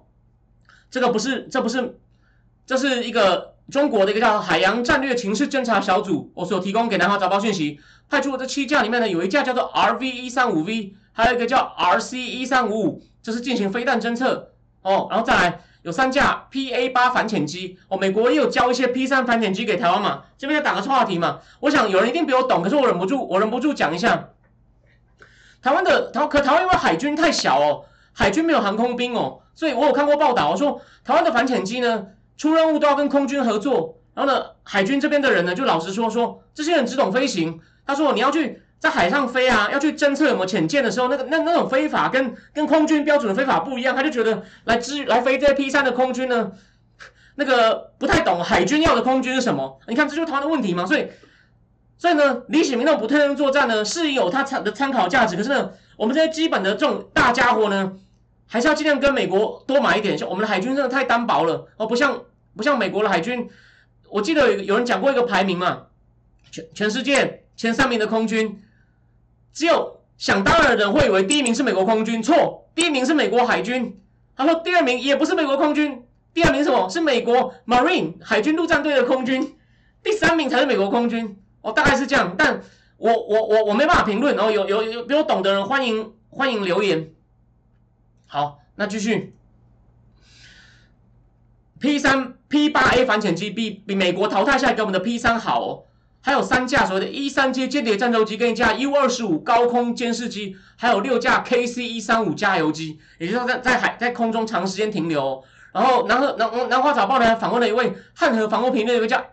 S1: 这是一个中国的一个叫海洋战略情势侦察小组所提供给南华早报讯息，派出的这7架里面呢，有一架叫做 RV135V， 还有一个叫 RC1355， 这是进行飞弹侦测然后再来有3架 PA8 反潜机美国也有交一些 P3 反潜机给台湾嘛，这边再打个话题嘛，我想有人一定比我懂，可是我忍不住讲一下。台湾因为海军太小海军没有航空兵所以我有看过报道说台湾的反潜机呢出任务都要跟空军合作，然后呢海军这边的人呢就老实说这些人只懂飞行，他说你要去在海上飞啊，要去侦测有没有潜舰的时候，那种飞法跟空军标准的飞法不一样，他就觉得来飞这些 P3的空军呢，那个不太懂海军要的空军是什么。你看，这就是他的问题嘛。所以呢，李显明那种不退让作战呢，是有它的参考价值。可是呢，我们这些基本的这种大家伙呢，还是要尽量跟美国多买一点。像我们的海军真的太单薄了哦，不像美国的海军。我记得有人讲过一个排名嘛，全世界前3名的空军，只有想当然的人会以为第1名是美国空军，错，第1名是美国海军。他说第2名也不是美国空军，第2名是什么？是美国 Marine 海军陆战队的空军，第3名才是美国空军。哦，大概是这样，但我没办法评论哦。有比我懂的人欢迎留言。好，那继续。P8A 反潜机比美国淘汰下来给我们的 P3 好哦，还有3架所谓的E3阶间谍战斗机，跟1架 U25高空监视机，还有6架 KC-135加油机，也就是在空中长时间停留哦。然后南华早报呢访问了一位汉河防空评论，有一个叫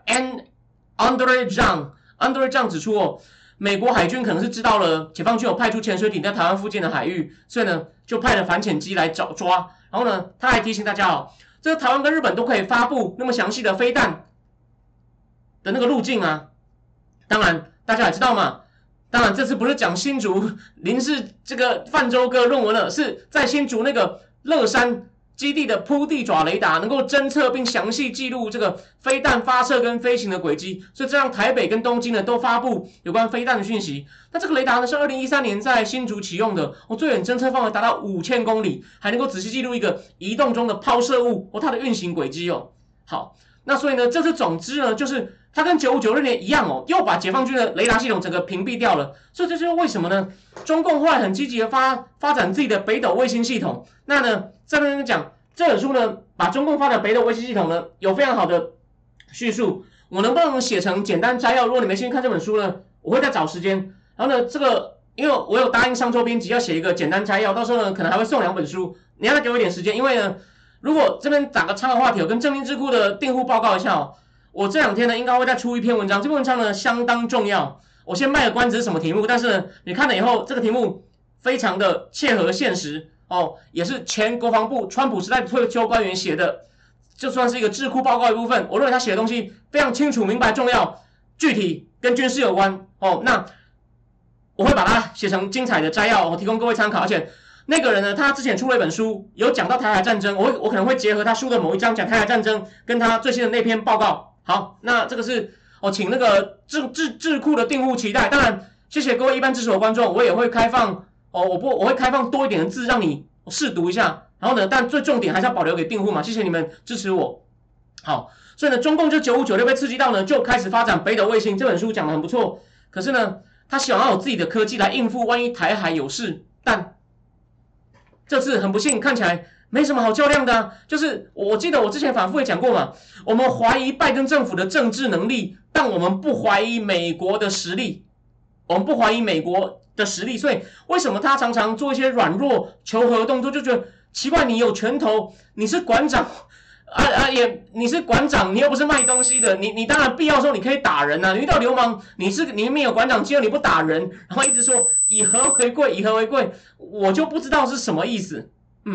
S1: Andre Zhang 指出哦，美国海军可能是知道了解放军有派出潜水艇在台湾附近的海域，所以呢就派了反潜机来抓。然后呢，他还提醒大家哦，这个台湾跟日本都可以发布那么详细的飞弹的那个路径啊。当然大家也知道嘛，当然这次不是讲新竹林氏这个泛舟哥论文了，是在新竹那个乐山基地的铺地爪雷达能够侦测并详细记录这个飞弹发射跟飞行的轨迹，所以这让台北跟东京呢都发布有关飞弹的讯息。那这个雷达呢是2013年在新竹启用的，最远侦测范围达到5000公里，还能够仔细记录一个移动中的抛射物它的运行轨迹哦。好，那所以呢，这次总之呢，就是它跟95、96年一样哦，又把解放军的雷达系统整个屏蔽掉了。所以这就是为什么呢？中共后来很积极的发展自己的北斗卫星系统。那呢，在那边讲这本书呢，把中共发展北斗卫星系统呢，有非常好的叙述。我能不能写成简单摘要？如果你没兴趣看这本书呢，我会再找时间。然后呢，这个因为我有答应商周编辑要写一个简单摘要，到时候呢可能还会送2本书。你要再给我一点时间，因为呢，如果这边打个插个话题，我跟正定智库的订户报告一下哦。我这2天呢应该会再出一篇文章，这篇文章呢相当重要。我先卖个关子是什么题目，但是呢你看了以后，这个题目非常的切合现实哦，也是前国防部川普时代的退休官员写的，就算是一个智库报告一部分。我认为他写的东西非常清楚、明白、重要、具体，跟军事有关哦。那我会把它写成精彩的摘要，我提供各位参考。而且那个人呢，他之前出了一本书，有讲到台海战争，我可能会结合他书的某一章讲台海战争，跟他最新的那篇报告。好，那这个是请那个智库的订户期待。当然，谢谢各位一般支持我的观众，我也会开放我会开放多一点的字让你试读一下。然后呢，但最重点还是要保留给订户嘛，谢谢你们支持我。好，所以呢，中共就95、96被刺激到呢，就开始发展北斗卫星。这本书讲的很不错，可是呢，他想要有自己的科技来应付万一台海有事，但这次很不幸，看起来没什么好较量的啊。就是我记得我之前反复也讲过嘛，我们怀疑拜登政府的政治能力，但我们不怀疑美国的实力。我们不怀疑美国的实力，所以为什么他常常做一些软弱求和的动作，就觉得奇怪。你有拳头，你是馆长你是馆长，你又不是卖东西的，你当然必要的时候你可以打人啊。你遇到流氓，你明明有馆长肌肉，你不打人，然后一直说以和为贵，以和为贵，我就不知道是什么意思。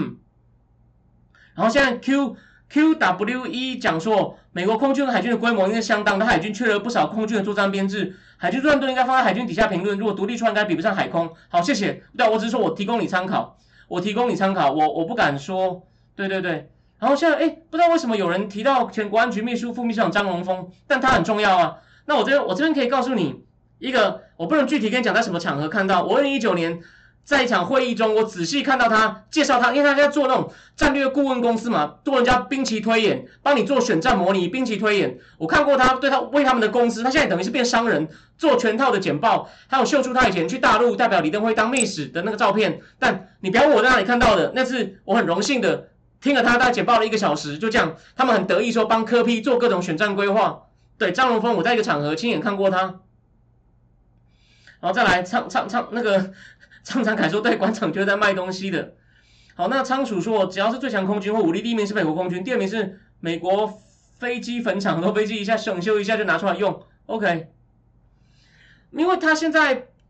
S1: 然后现在 QWE 讲说，美国空军和海军的规模应该相当，但海军缺了不少空军的作战编制，海军作战队应该放在海军底下评论。如果独立出来，应该比不上海空。好，谢谢。对，我只是说我提供你参考，我不敢说。对。然后现在不知道为什么有人提到前国安局秘书副秘书长张荣峰，但他很重要啊。那我这边可以告诉你一个，我不能具体跟你讲在什么场合看到。我2019年在一场会议中，我仔细看到他介绍他，因为他在做那种战略顾问公司嘛，做人家兵棋推演，帮你做选战模拟、兵棋推演。我看过他为他们的公司，他现在等于是变商人，做全套的简报，还有秀出他以前去大陆代表李登辉当秘书的那个照片。但你不要问我在哪里看到的，那次我很荣幸的听了他大概简报了1个小时，就这样，他们很得意说帮柯 P 做各种选战规划。对，张荣峰我在一个场合亲眼看过他。然后再来那个张长凯说，对，馆长就是在卖东西的。好，那仓鼠说，只要是最强空军或武力，第1名是美国空军，第2名是美国飞机坟场，飞机一下整修一下就拿出来用。OK， 因为他现在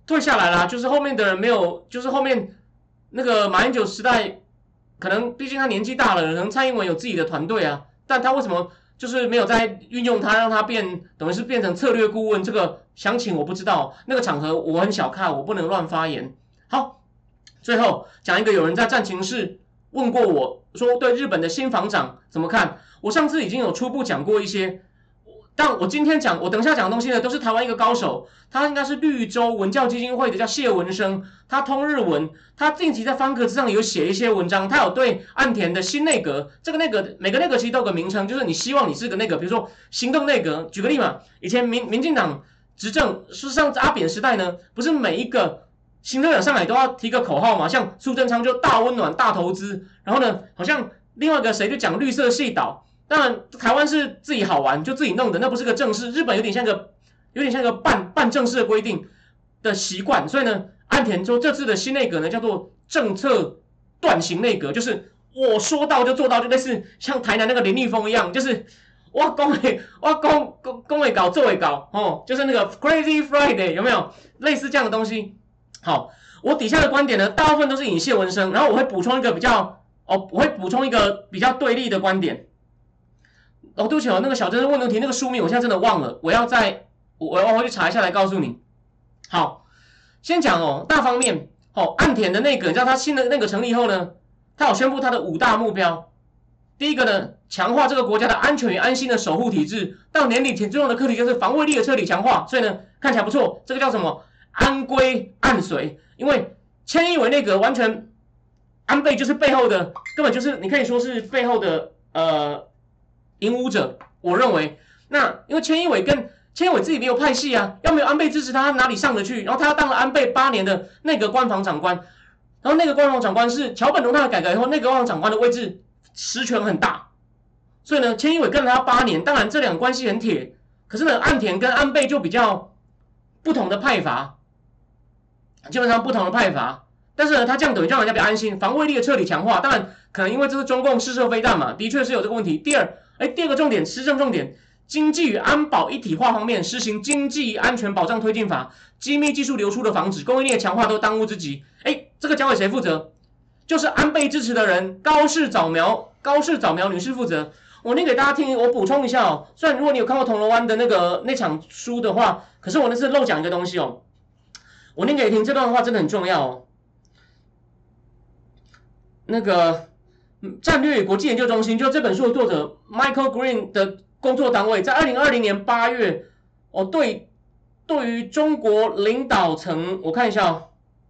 S1: 退下来啦，就是后面的人没有，就是后面那个马英九时代，可能毕竟他年纪大了，可能蔡英文有自己的团队啊，但他为什么就是没有再运用他，让他等于是变成策略顾问？这个详情我不知道，那个场合我很小看，我不能乱发言。好，最后讲一个有人在战情室问过我说对日本的新防长怎么看？我上次已经有初步讲过一些。但我今天讲，我等一下讲的东西呢，都是台湾一个高手，他应该是绿洲文教基金会的，叫谢文生，他通日文，他近期在方格子上有写一些文章，他有对岸田的新内阁，这个内阁每个内阁其实都有个名称，就是你希望你是个内阁，比如说行动内阁，举个例嘛，以前民进党执政，事实上阿扁时代呢，不是每一个行政长上来都要提个口号嘛，像苏贞昌就大温暖大投资，然后呢，好像另外一个谁就讲绿色系岛。当然，台湾是自己好玩就自己弄的，那不是个正式。日本有点像个半正式的规定的习惯，所以呢，岸田说这次的新内阁呢叫做政策断行内阁，就是我说到就做到，就类似像台南那个林立峰一样，就是我讲会搞做会搞哦，就是那个 Crazy Friday 有没有类似这样的东西？好，我底下的观点呢，大部分都是引谢文生，然后我会补充一个比较对立的观点。哦，对不起哦，那个小珍问问题那个书名我现在真的忘了，我要回去查一下来告诉你。好，先讲哦，大方面哦，岸田的内阁，你知道他新的内阁成立以后呢，他有宣布他的5大目标。第一个呢，强化这个国家的安全与安心的守护体制，到年底最重要的课题就是防卫力的彻底强化，所以呢，看起来不错，这个叫什么？安规按随，因为千亿委内阁完全安倍就是背后的，根本就是你可以说是背后的引武者，我认为，那因为千亿委自己没有派系啊，要没有安倍支持他哪里上得去？然后他当了安倍8年的内阁官房长官，然后内阁官房长官是桥本龙太的改革以后，内阁官房长官的位置实权很大，所以呢，千亿委跟了他8年，当然这两个关系很铁，可是呢，岸田跟安倍就比较不同的派阀，基本上不同的派阀。但是呢，他这样等于让人家比较安心，防卫力的彻底强化。当然，可能因为这是中共试射飞弹嘛，的确是有这个问题。第二个重点，施政重点，经济与安保一体化方面，实行经济安全保障推进法，机密技术流出的防止，供应链的强化都当务之急。这个交给谁负责？就是安倍支持的人高市早苗女士负责。我念给大家听，我补充一下哦。虽然如果你有看过铜锣湾的那场书的话，可是我那次漏讲一个东西哦。我念给你听，这段话真的很重要哦。那个战略与国际研究中心，就这本书的作者 Michael Green 的工作单位，在2020年8月，对于中国领导层，我看一下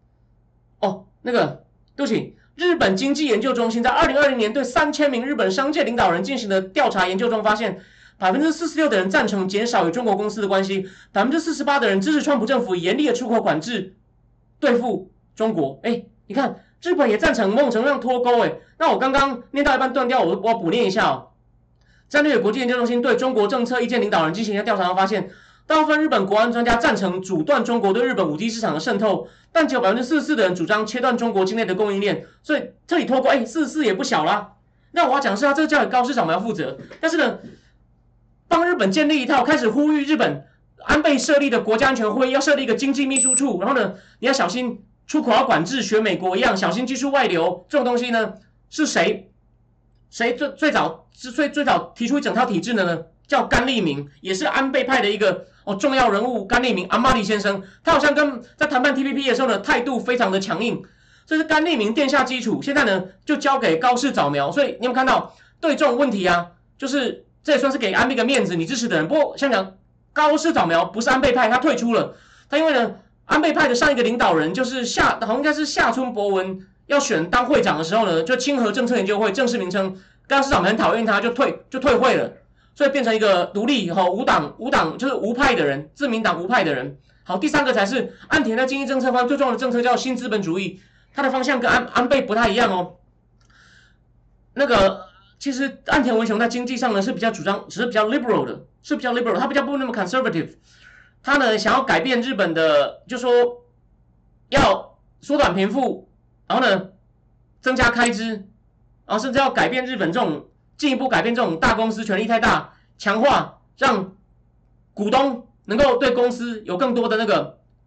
S1: 对不起，日本经济研究中心在2020年对3000名日本商界领导人进行的调查研究中发现，46%的人赞成减少与中国公司的关系，48%的人支持川普政府严厉的出口管制对付中国。你看。日本也赞成某种程度上脱钩，那我刚刚念到一半断掉，我补念一下哦。战略国际研究中心对中国政策意见领导人进行一下调查后发现，大部分日本国安专家赞成阻断中国对日本5G 市场的渗透，但只有44%的人主张切断中国境内的供应链，所以这里脱钩，44也不小啦。那我要讲的是，这个交给高市长要负责，但是呢，帮日本建立一套，开始呼吁日本安倍设立的国家安全会议要设立一个经济秘书处，然后呢，你要小心。出口要管制，学美国一样，小心技术外流。这种东西呢，是谁最早提出一整套体制的呢？叫甘利明，也是安倍派的一个重要人物。甘利明阿玛里先生，他好像在谈判 TPP 的时候呢，态度非常的强硬。这是甘利明奠下基础，现在呢就交给高市早苗。所以你有看到对这种问题啊，就是这也算是给安倍个面子，你支持的人。不过像讲高市早苗不是安倍派，他退出了，他因为呢。安倍派的上一个领导人就是好像应该是下村博文要选当会长的时候呢，就清和政策研究会正式名称，高市早苗很讨厌他，就退会了，所以变成一个独立无党就是无派的人，自民党无派的人。好，第3个才是岸田在经济政策方面最重要的政策叫新资本主义，他的方向跟安倍不太一样哦。那个其实岸田文雄在经济上呢是比较主张，只是比较 liberal 的，他比较不那么 conservative。他呢想要改变日本的，就说要缩短贫富，然后呢增加开支，然后甚至要改变日本这种进一步改变这种大公司权力太大，强化让股东能够对公司有更多的那个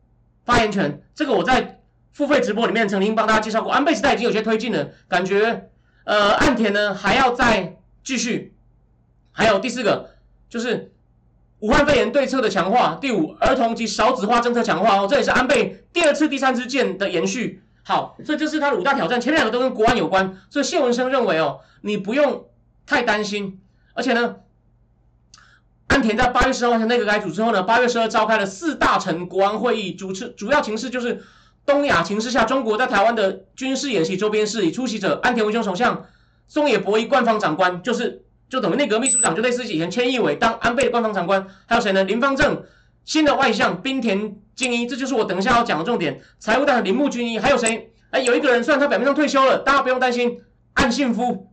S1: 发言权。这个我在付费直播里面曾经帮大家介绍过，安倍时代已经有些推进了，感觉岸田呢还要再继续。还有第4个就是武汉肺炎对策的强化，第5儿童及少子化政策强化哦，这也是安倍第2次、第3支箭的延续。好，所以这是他的5大挑战，前面2个都跟国安有关，所以谢文生认为哦，你不用太担心，而且呢。岸田在8月10号完成内阁改组之后呢，8月12召开了4大臣国安会议，主要情势就是东亚情势下中国在台湾的军事演习周边事宜，出席者岸田文雄首相、松野博一官方长官，就等于内阁秘书长，就类似以前千亿伟当安倍的官方长官，还有谁呢？林芳正新的外相滨田敬一，这就是我等一下要讲的重点。财务大臣铃木俊一，还有谁？有一个人虽然他表面上退休了，大家不用担心，岸信夫。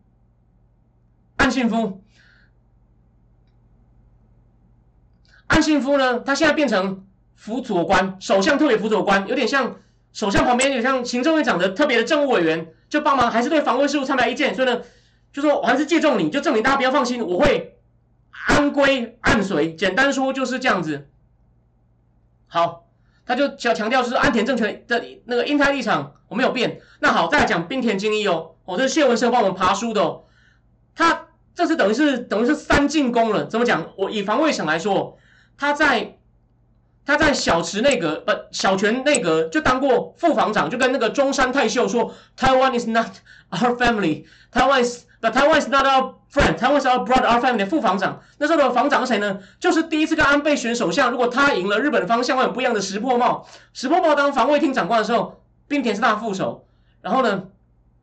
S1: 岸信夫呢，他现在变成辅佐官，首相特别辅佐官，有点像首相旁边，有点像行政院长的特别的政务委员，就帮忙，还是对防卫事务参表意见。所以呢，就说我还是借重你，就证明大家不要放心，我会安规按随。简单说就是这样子。好，他就强调就是岸田政权的那个印太立场我没有变。那好，再来讲滨田敬一哦，这是谢文生帮我们爬书的哦，他这是等于是3进攻了。怎么讲？我以防卫省来说。他在小泉内阁就当过副防长，就跟那个中山泰秀说 Taiwan is not our family, Taiwan is not our friend, Taiwan is our brother, our family 的副防长。那时候的防长是谁呢？就是第一次跟安倍选首相，如果他赢了，日本的方向会很不一样的石破茂。石破茂当防卫厅长官的时候，滨田是他的副手。然后呢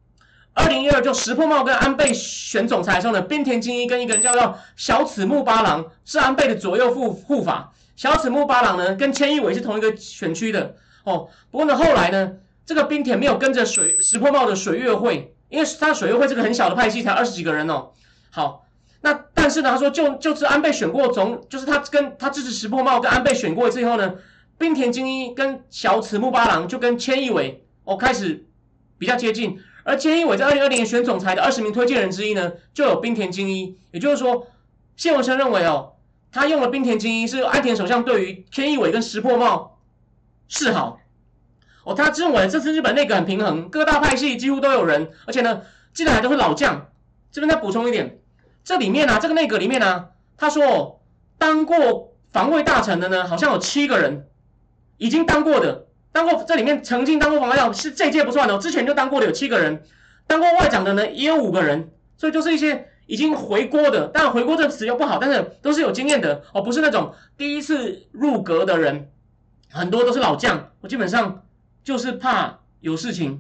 S1: ，2012就石破茂跟安倍选总裁的时候呢，滨田敬一跟一个人叫做小此木八郎是安倍的左右护法。小此木八郎呢跟千亿伟是同一个选区的哦。不过呢，后来呢，这个滨田没有跟着石破茂的水月会，因为他的水月会这个很小的派系才20几个人哦。好，那但是呢，他说就是安倍选过就是他支持石破茂跟安倍选过一次以后呢，滨田敬一跟小此木八郎就跟千亿伟开始比较接近。而千亿伟在2020年选总裁的20名推荐人之一呢，就有滨田敬一。也就是说，谢文生认为他用了滨田敬一是岸田首相对于千亿伟跟石破茂示好。他认为这次日本内阁很平衡，各大派系几乎都有人，而且呢，进来都是老将。这边再补充一点，这里面这个内阁里面他说当过防卫大臣的呢，好像有7个人，已经当过这里面曾经当过防卫大臣是这届不算之前就当过的有7个人，当过外长的呢也有5个人，所以就是一些已经回锅的，当然回锅这个词又不好，但是都是有经验的不是那种第一次入阁的人，很多都是老将，我基本上就是怕有事情。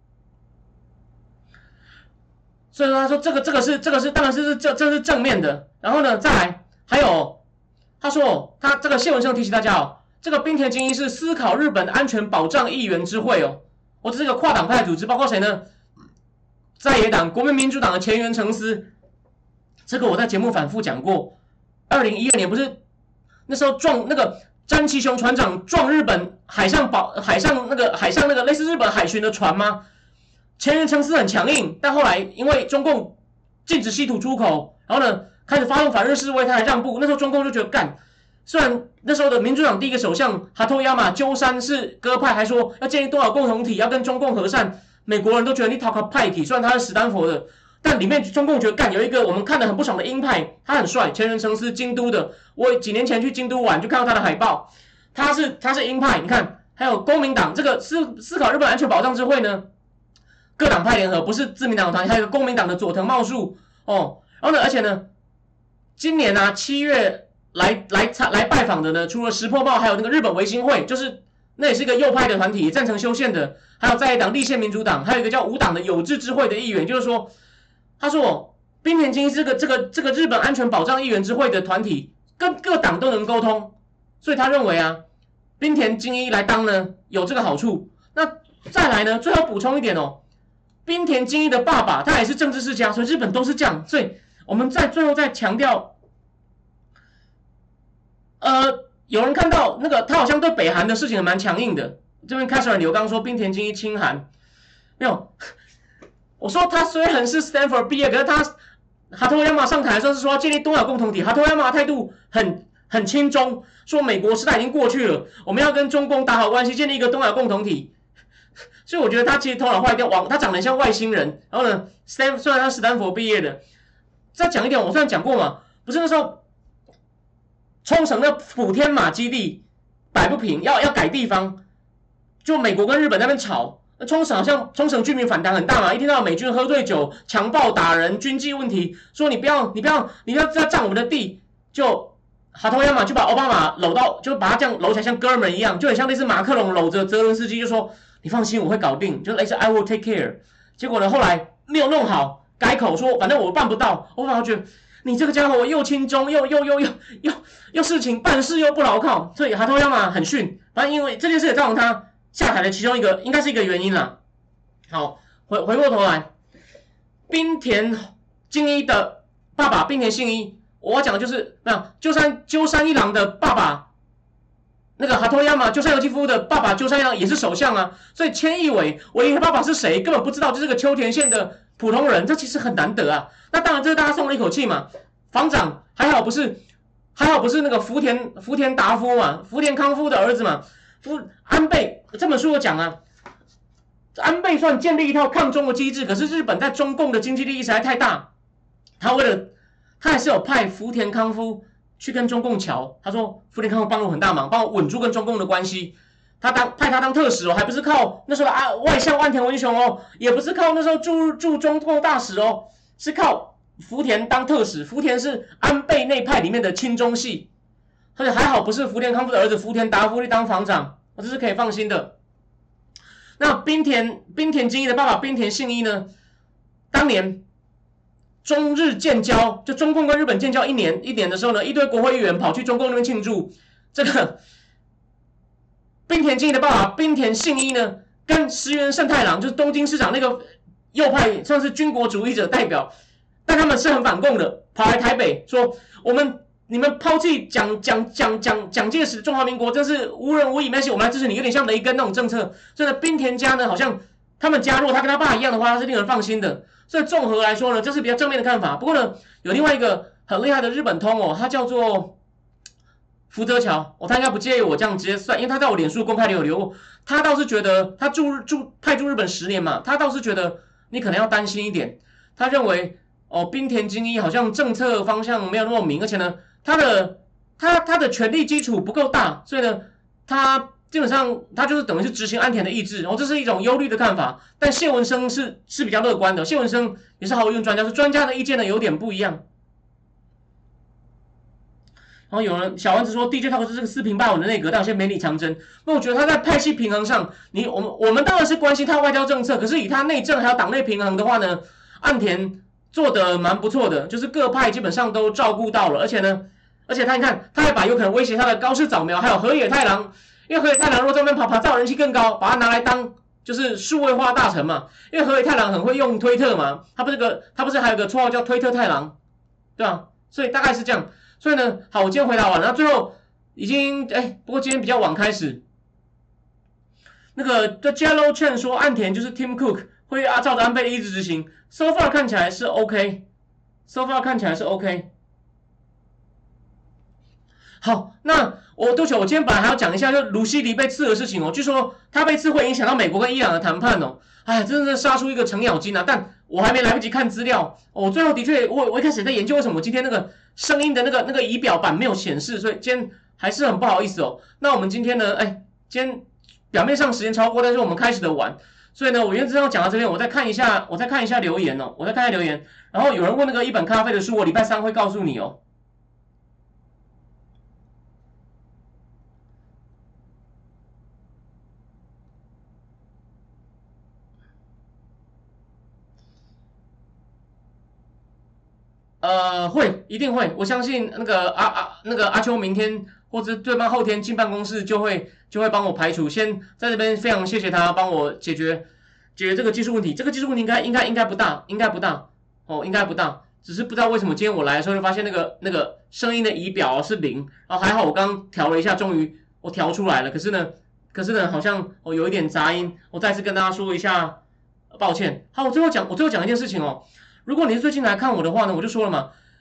S1: 所以说他说这个是当然是这是正面的。然后呢，再来还有他说他这个谢文生提醒大家这个滨田敬一是思考日本安全保障议员之会这是一个跨党派组织，包括谁呢？在野党国民民主党的前原诚司，这个我在节目反复讲过。2012年不是那时候撞那个詹其雄船长撞日本海上那个类似日本海巡的船吗？前原诚司很强硬，但后来因为中共禁止稀土出口，然后呢开始发动反日示威，他还让步。那时候中共就觉得干。虽然那时候的民主党第一个首相哈托亚马鸠山是鸽派，还说要建立多少共同体，要跟中共和善，美国人都觉得你讨个派体，虽然他是史丹佛的，但里面中共觉得干有一个我们看得很不爽的鹰派，他很帅，前原诚司京都的，我几年前去京都玩就看到他的海报，他是鹰派，你看还有公民党这个思考日本安全保障之会呢，各党派联合，不是自民党的团体，还有一个公民党的佐藤茂树然后呢，而且呢，今年7月。来拜访的呢，除了石破茂，还有那个日本维新会，就是那也是一个右派的团体，赞成修宪的，还有在野党立宪民主党，还有一个叫无党的有志之会的议员，就是说，他说滨田敬一这个日本安全保障议员之会的团体，跟各党都能沟通，所以他认为滨田敬一来当呢有这个好处。那再来呢，最后补充一点滨田敬一的爸爸他也是政治世家，所以日本都是这样，所以我们最后再强调。有人看到那个他好像对北韩的事情蛮强硬的。这边开始有刚说滨田敬一亲韩，没有？我说他虽然是 Stanford 毕业，可是他哈托亚马上台的时候是说建立东亚共同体，哈托亚马态度很很亲中，说美国时代已经过去了，我们要跟中共打好关系，建立一个东亚共同体。所以我觉得他其实头脑坏掉，他长得像外星人。然后呢，虽然他史丹佛毕业的，再讲一点，我虽然讲过嘛，不是那时候冲绳的普天马基地摆不平，要改地方，就美国跟日本在那边吵。冲绳好像冲绳居民反弹很大嘛，一听到美军喝醉酒、强暴打人、军纪问题，说你不要占我们的地，就哈托亚马就把奥巴马搂到，就把他这样搂起来，像哥们一样，就很像类似马克龙搂着泽伦斯基，就说你放心，我会搞定，就类似 I will take care。结果呢，后来没有弄好，改口说反正我办不到。我反而觉得你这个家伙又亲中又事情办事又不牢靠，所以哈托亚马很逊。反正因为这件事也造成他下台的其中一个，应该是一个原因啦。好，回过头来，滨田敬一的爸爸滨田信一，我要讲的就是鸠山一郎的爸爸，那个哈托亚马鸠山由纪夫的爸爸鸠山一郎也是首相啊，所以千亿委唯一的爸爸是谁根本不知道，就是个秋田县的普通人，这其实很难得啊。那当然这是大家松了一口气嘛。房长还好不是那个福田达夫嘛，福田康夫的儿子嘛。安倍这本书有讲啊，安倍算建立一套抗中的机制，可是日本在中共的经济利益实在太大，他还是有派福田康夫去跟中共瞧，他说福田康夫帮我很大忙，帮我稳住跟中共的关系。派他当特使哦，还不是靠那时候的外相岸田文雄哦，也不是靠那时候驻中共大使哦，是靠福田当特使。福田是安倍内派里面的亲中系。而且还好不是福田康夫的儿子福田达夫去当房长，这是可以放心的。那滨田敬一的爸爸滨田信一呢？当年中日建交，就中共跟日本建交一年的时候呢，一堆国会议员跑去中共那边庆祝。这个滨田敬一的爸爸滨田信一呢，跟石原慎太郎，就是东京市长那个右派，算是军国主义者代表，但他们是很反共的，跑来台北说你们抛弃蒋介石的中华民国，真是无人无以。没关系，我们来支持你，有点像雷根那种政策。所以呢，滨田家呢，好像他们家如果他跟他爸一样的话，他是令人放心的。所以综合来说呢，这是比较正面的看法。不过呢，有另外一个很厉害的日本通哦，他叫做福泽桥，他应该不介意我这样直接算，因为他在我脸书公开留过。他倒是觉得他派驻日本10年嘛，他倒是觉得你可能要担心一点。他认为滨田敬一好像政策方向没有那么明，而且呢。他的权力基础不够大，所以呢，他基本上他就是等于是执行岸田的意志，这是一种忧虑的看法。但谢文生是比较乐观的，谢文生也是毫无疑问专家，是专家的意见呢有点不一样。然后有人小丸子说 DJ Talk 是这个四平八稳的内阁，但有些绵里强针。那我觉得他在派系平衡上，我们当然是关心他外交政策，可是以他内政还有党内平衡的话呢，岸田做得蛮不错的，就是各派基本上都照顾到了，而且他你看，他还把有可能威胁他的高市早苗还有河野太郎，因为河野太郎如果在那边跑，造人气更高，把他拿来当就是数位化大臣嘛，因为河野太郎很会用推特嘛，他不是还有个绰号叫推特太郎，对吧？所以大概是这样。所以呢，好，我今天回答完了，最后已经不过今天比较晚开始。那个的 Jello Chen 说岸田就是 Tim Cook 会照着安倍的意志执行。So far 看起来是 OK，So far 看起来是 OK。好，那对不起，我今天本来还要讲一下，就鲁西迪被刺的事情哦。据说他被刺会影响到美国跟伊朗的谈判哦。哎，真的是杀出一个程咬金啊！但我还没来不及看资料，最后的确，我一开始在研究为什么今天那个声音的那个仪表板没有显示，所以今天还是很不好意思哦。那我们今天呢，今天表面上时间超过，但是我们开始的晚。所以呢，我原则上讲到这边，我再看一下留言哦，然后有人问那个一本咖啡的书，我礼拜3会告诉你哦。一定会，我相信那个阿秋明天或者对方后天进办公室就会帮我排除。先在这边非常谢谢他帮我解决这个技术问题，这个技术问题应该不大，应该不大，只是不知道为什么今天我来的时候就发现那个声音的仪表是0，然后还好我刚调了一下，终于我调出来了，可是呢好像有一点杂音，我再次跟大家说一下抱歉。好，我最后讲一件事情哦。如果你是最近来看我的话呢，我就说了嘛，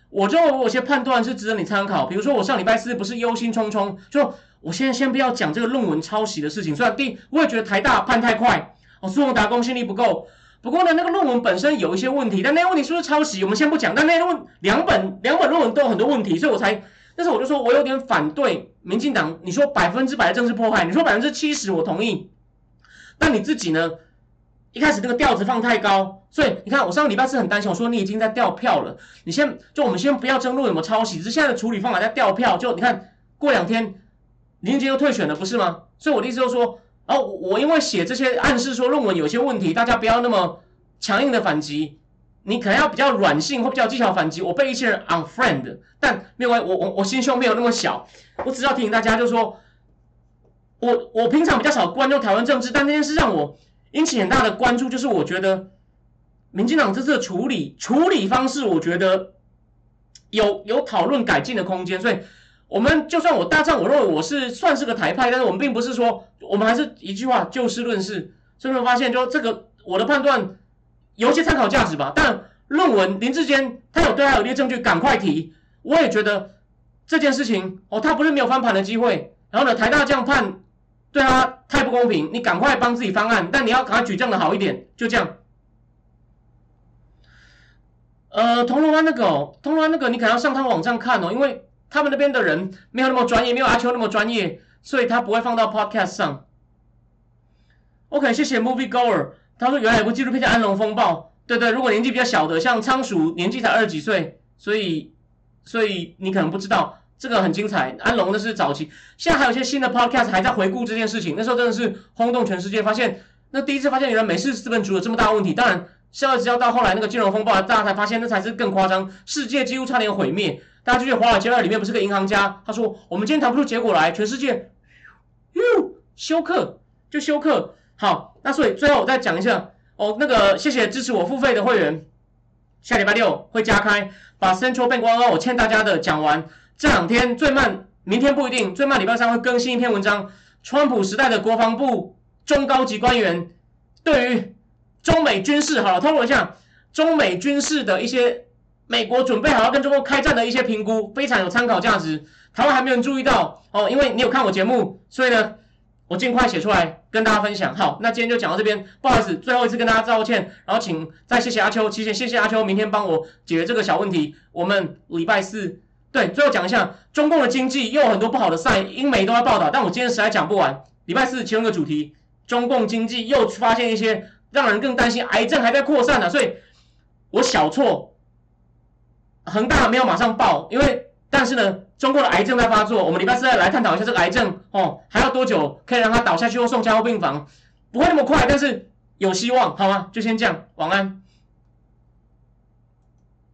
S1: 我就有些判断是值得你参考。比如说我上礼拜四不是忧心忡忡，就我现在先不要讲这个论文抄袭的事情。虽然我也觉得台大判太快，苏宏达公信力不够。不过呢，那个论文本身有一些问题，但那些问题是不是抄袭，我们先不讲。但那两本论文都有很多问题，所以我才，但是我就说我有点反对民进党。你说100%的政治迫害，你说70%我同意，但你自己呢，一开始那个调子放太高，所以你看我上个礼拜是很担心，我说你已经在调票了，我们先不要争论有没有抄袭，只是现在的处理方法在调票，就你看过2天林俊杰又退选了，不是吗？所以我的意思就是说。我因为写这些暗示说论文有些问题，大家不要那么强硬的反击，你可能要比较软性或比较技巧反击。我被一些人 unfriend， 但没有关系，我心胸没有那么小，我只要提醒大家，就是说，我平常比较少关注台湾政治，但那件事让我引起很大的关注，就是我觉得民进党这次的处理方式，我觉得有讨论改进的空间，所以。我们就算我大战，我认为我算是个台派，但是我们并不是说，我们还是一句话就事论事。所以我发现，就这个我的判断有一些参考价值吧。但论文林智坚他有对他有利的证据，赶快提。我也觉得这件事情他不是没有翻盘的机会。然后呢，台大这样判对他太不公平，你赶快帮自己翻案，但你要赶快举证的好一点，就这样。铜锣湾那个你可能要上他网站看因为。他们那边的人没有那么专业，没有阿秋那么专业，所以他不会放到 podcast 上。OK， 谢谢 Movie Goer， 他说原来有部纪录片叫《安龙风暴》，对，如果年纪比较小的，像仓鼠年纪才20几岁，所以你可能不知道，这个很精彩。安龙那是早期，现在还有一些新的 podcast 还在回顾这件事情，那时候真的是轰动全世界，第一次发现原来美式资本主义有这么大的问题，当然，只要到后来那个金融风暴，大家才发现那才是更夸张，世界几乎差点毁灭。大家记得《华尔街2》里面不是个银行家，他说我们今天谈不出结果来，全世界休克。好，那所以最后我再讲一下那个谢谢支持我付费的会员，下礼拜6会加开，把 Central Bank 101我欠大家的讲完。这2天最慢，明天不一定，最慢礼拜3会更新一篇文章。川普时代的国防部中高级官员对于中美军事，好了，透露一下中美军事的一些。美国准备好要跟中国开战的一些评估，非常有参考价值。台湾还没有人注意到因为你有看我节目，所以呢，我尽快写出来跟大家分享。好，那今天就讲到这边，不好意思，最后一次跟大家道歉，然后请再谢谢阿秋，谢谢阿秋，明天帮我解决这个小问题。我们礼拜4，对，最后讲一下中共的经济又有很多不好的赛，英美都在报道，但我今天实在讲不完。礼拜4其中一个主题，中共经济又发现一些让人更担心癌症还在扩散所以我小错。恒大没有马上爆，但是呢，中国的癌症在发作。我们礼拜4再来探讨一下这个癌症还要多久可以让它倒下去或送加护病房？不会那么快，但是有希望，好吗？就先这样，晚安。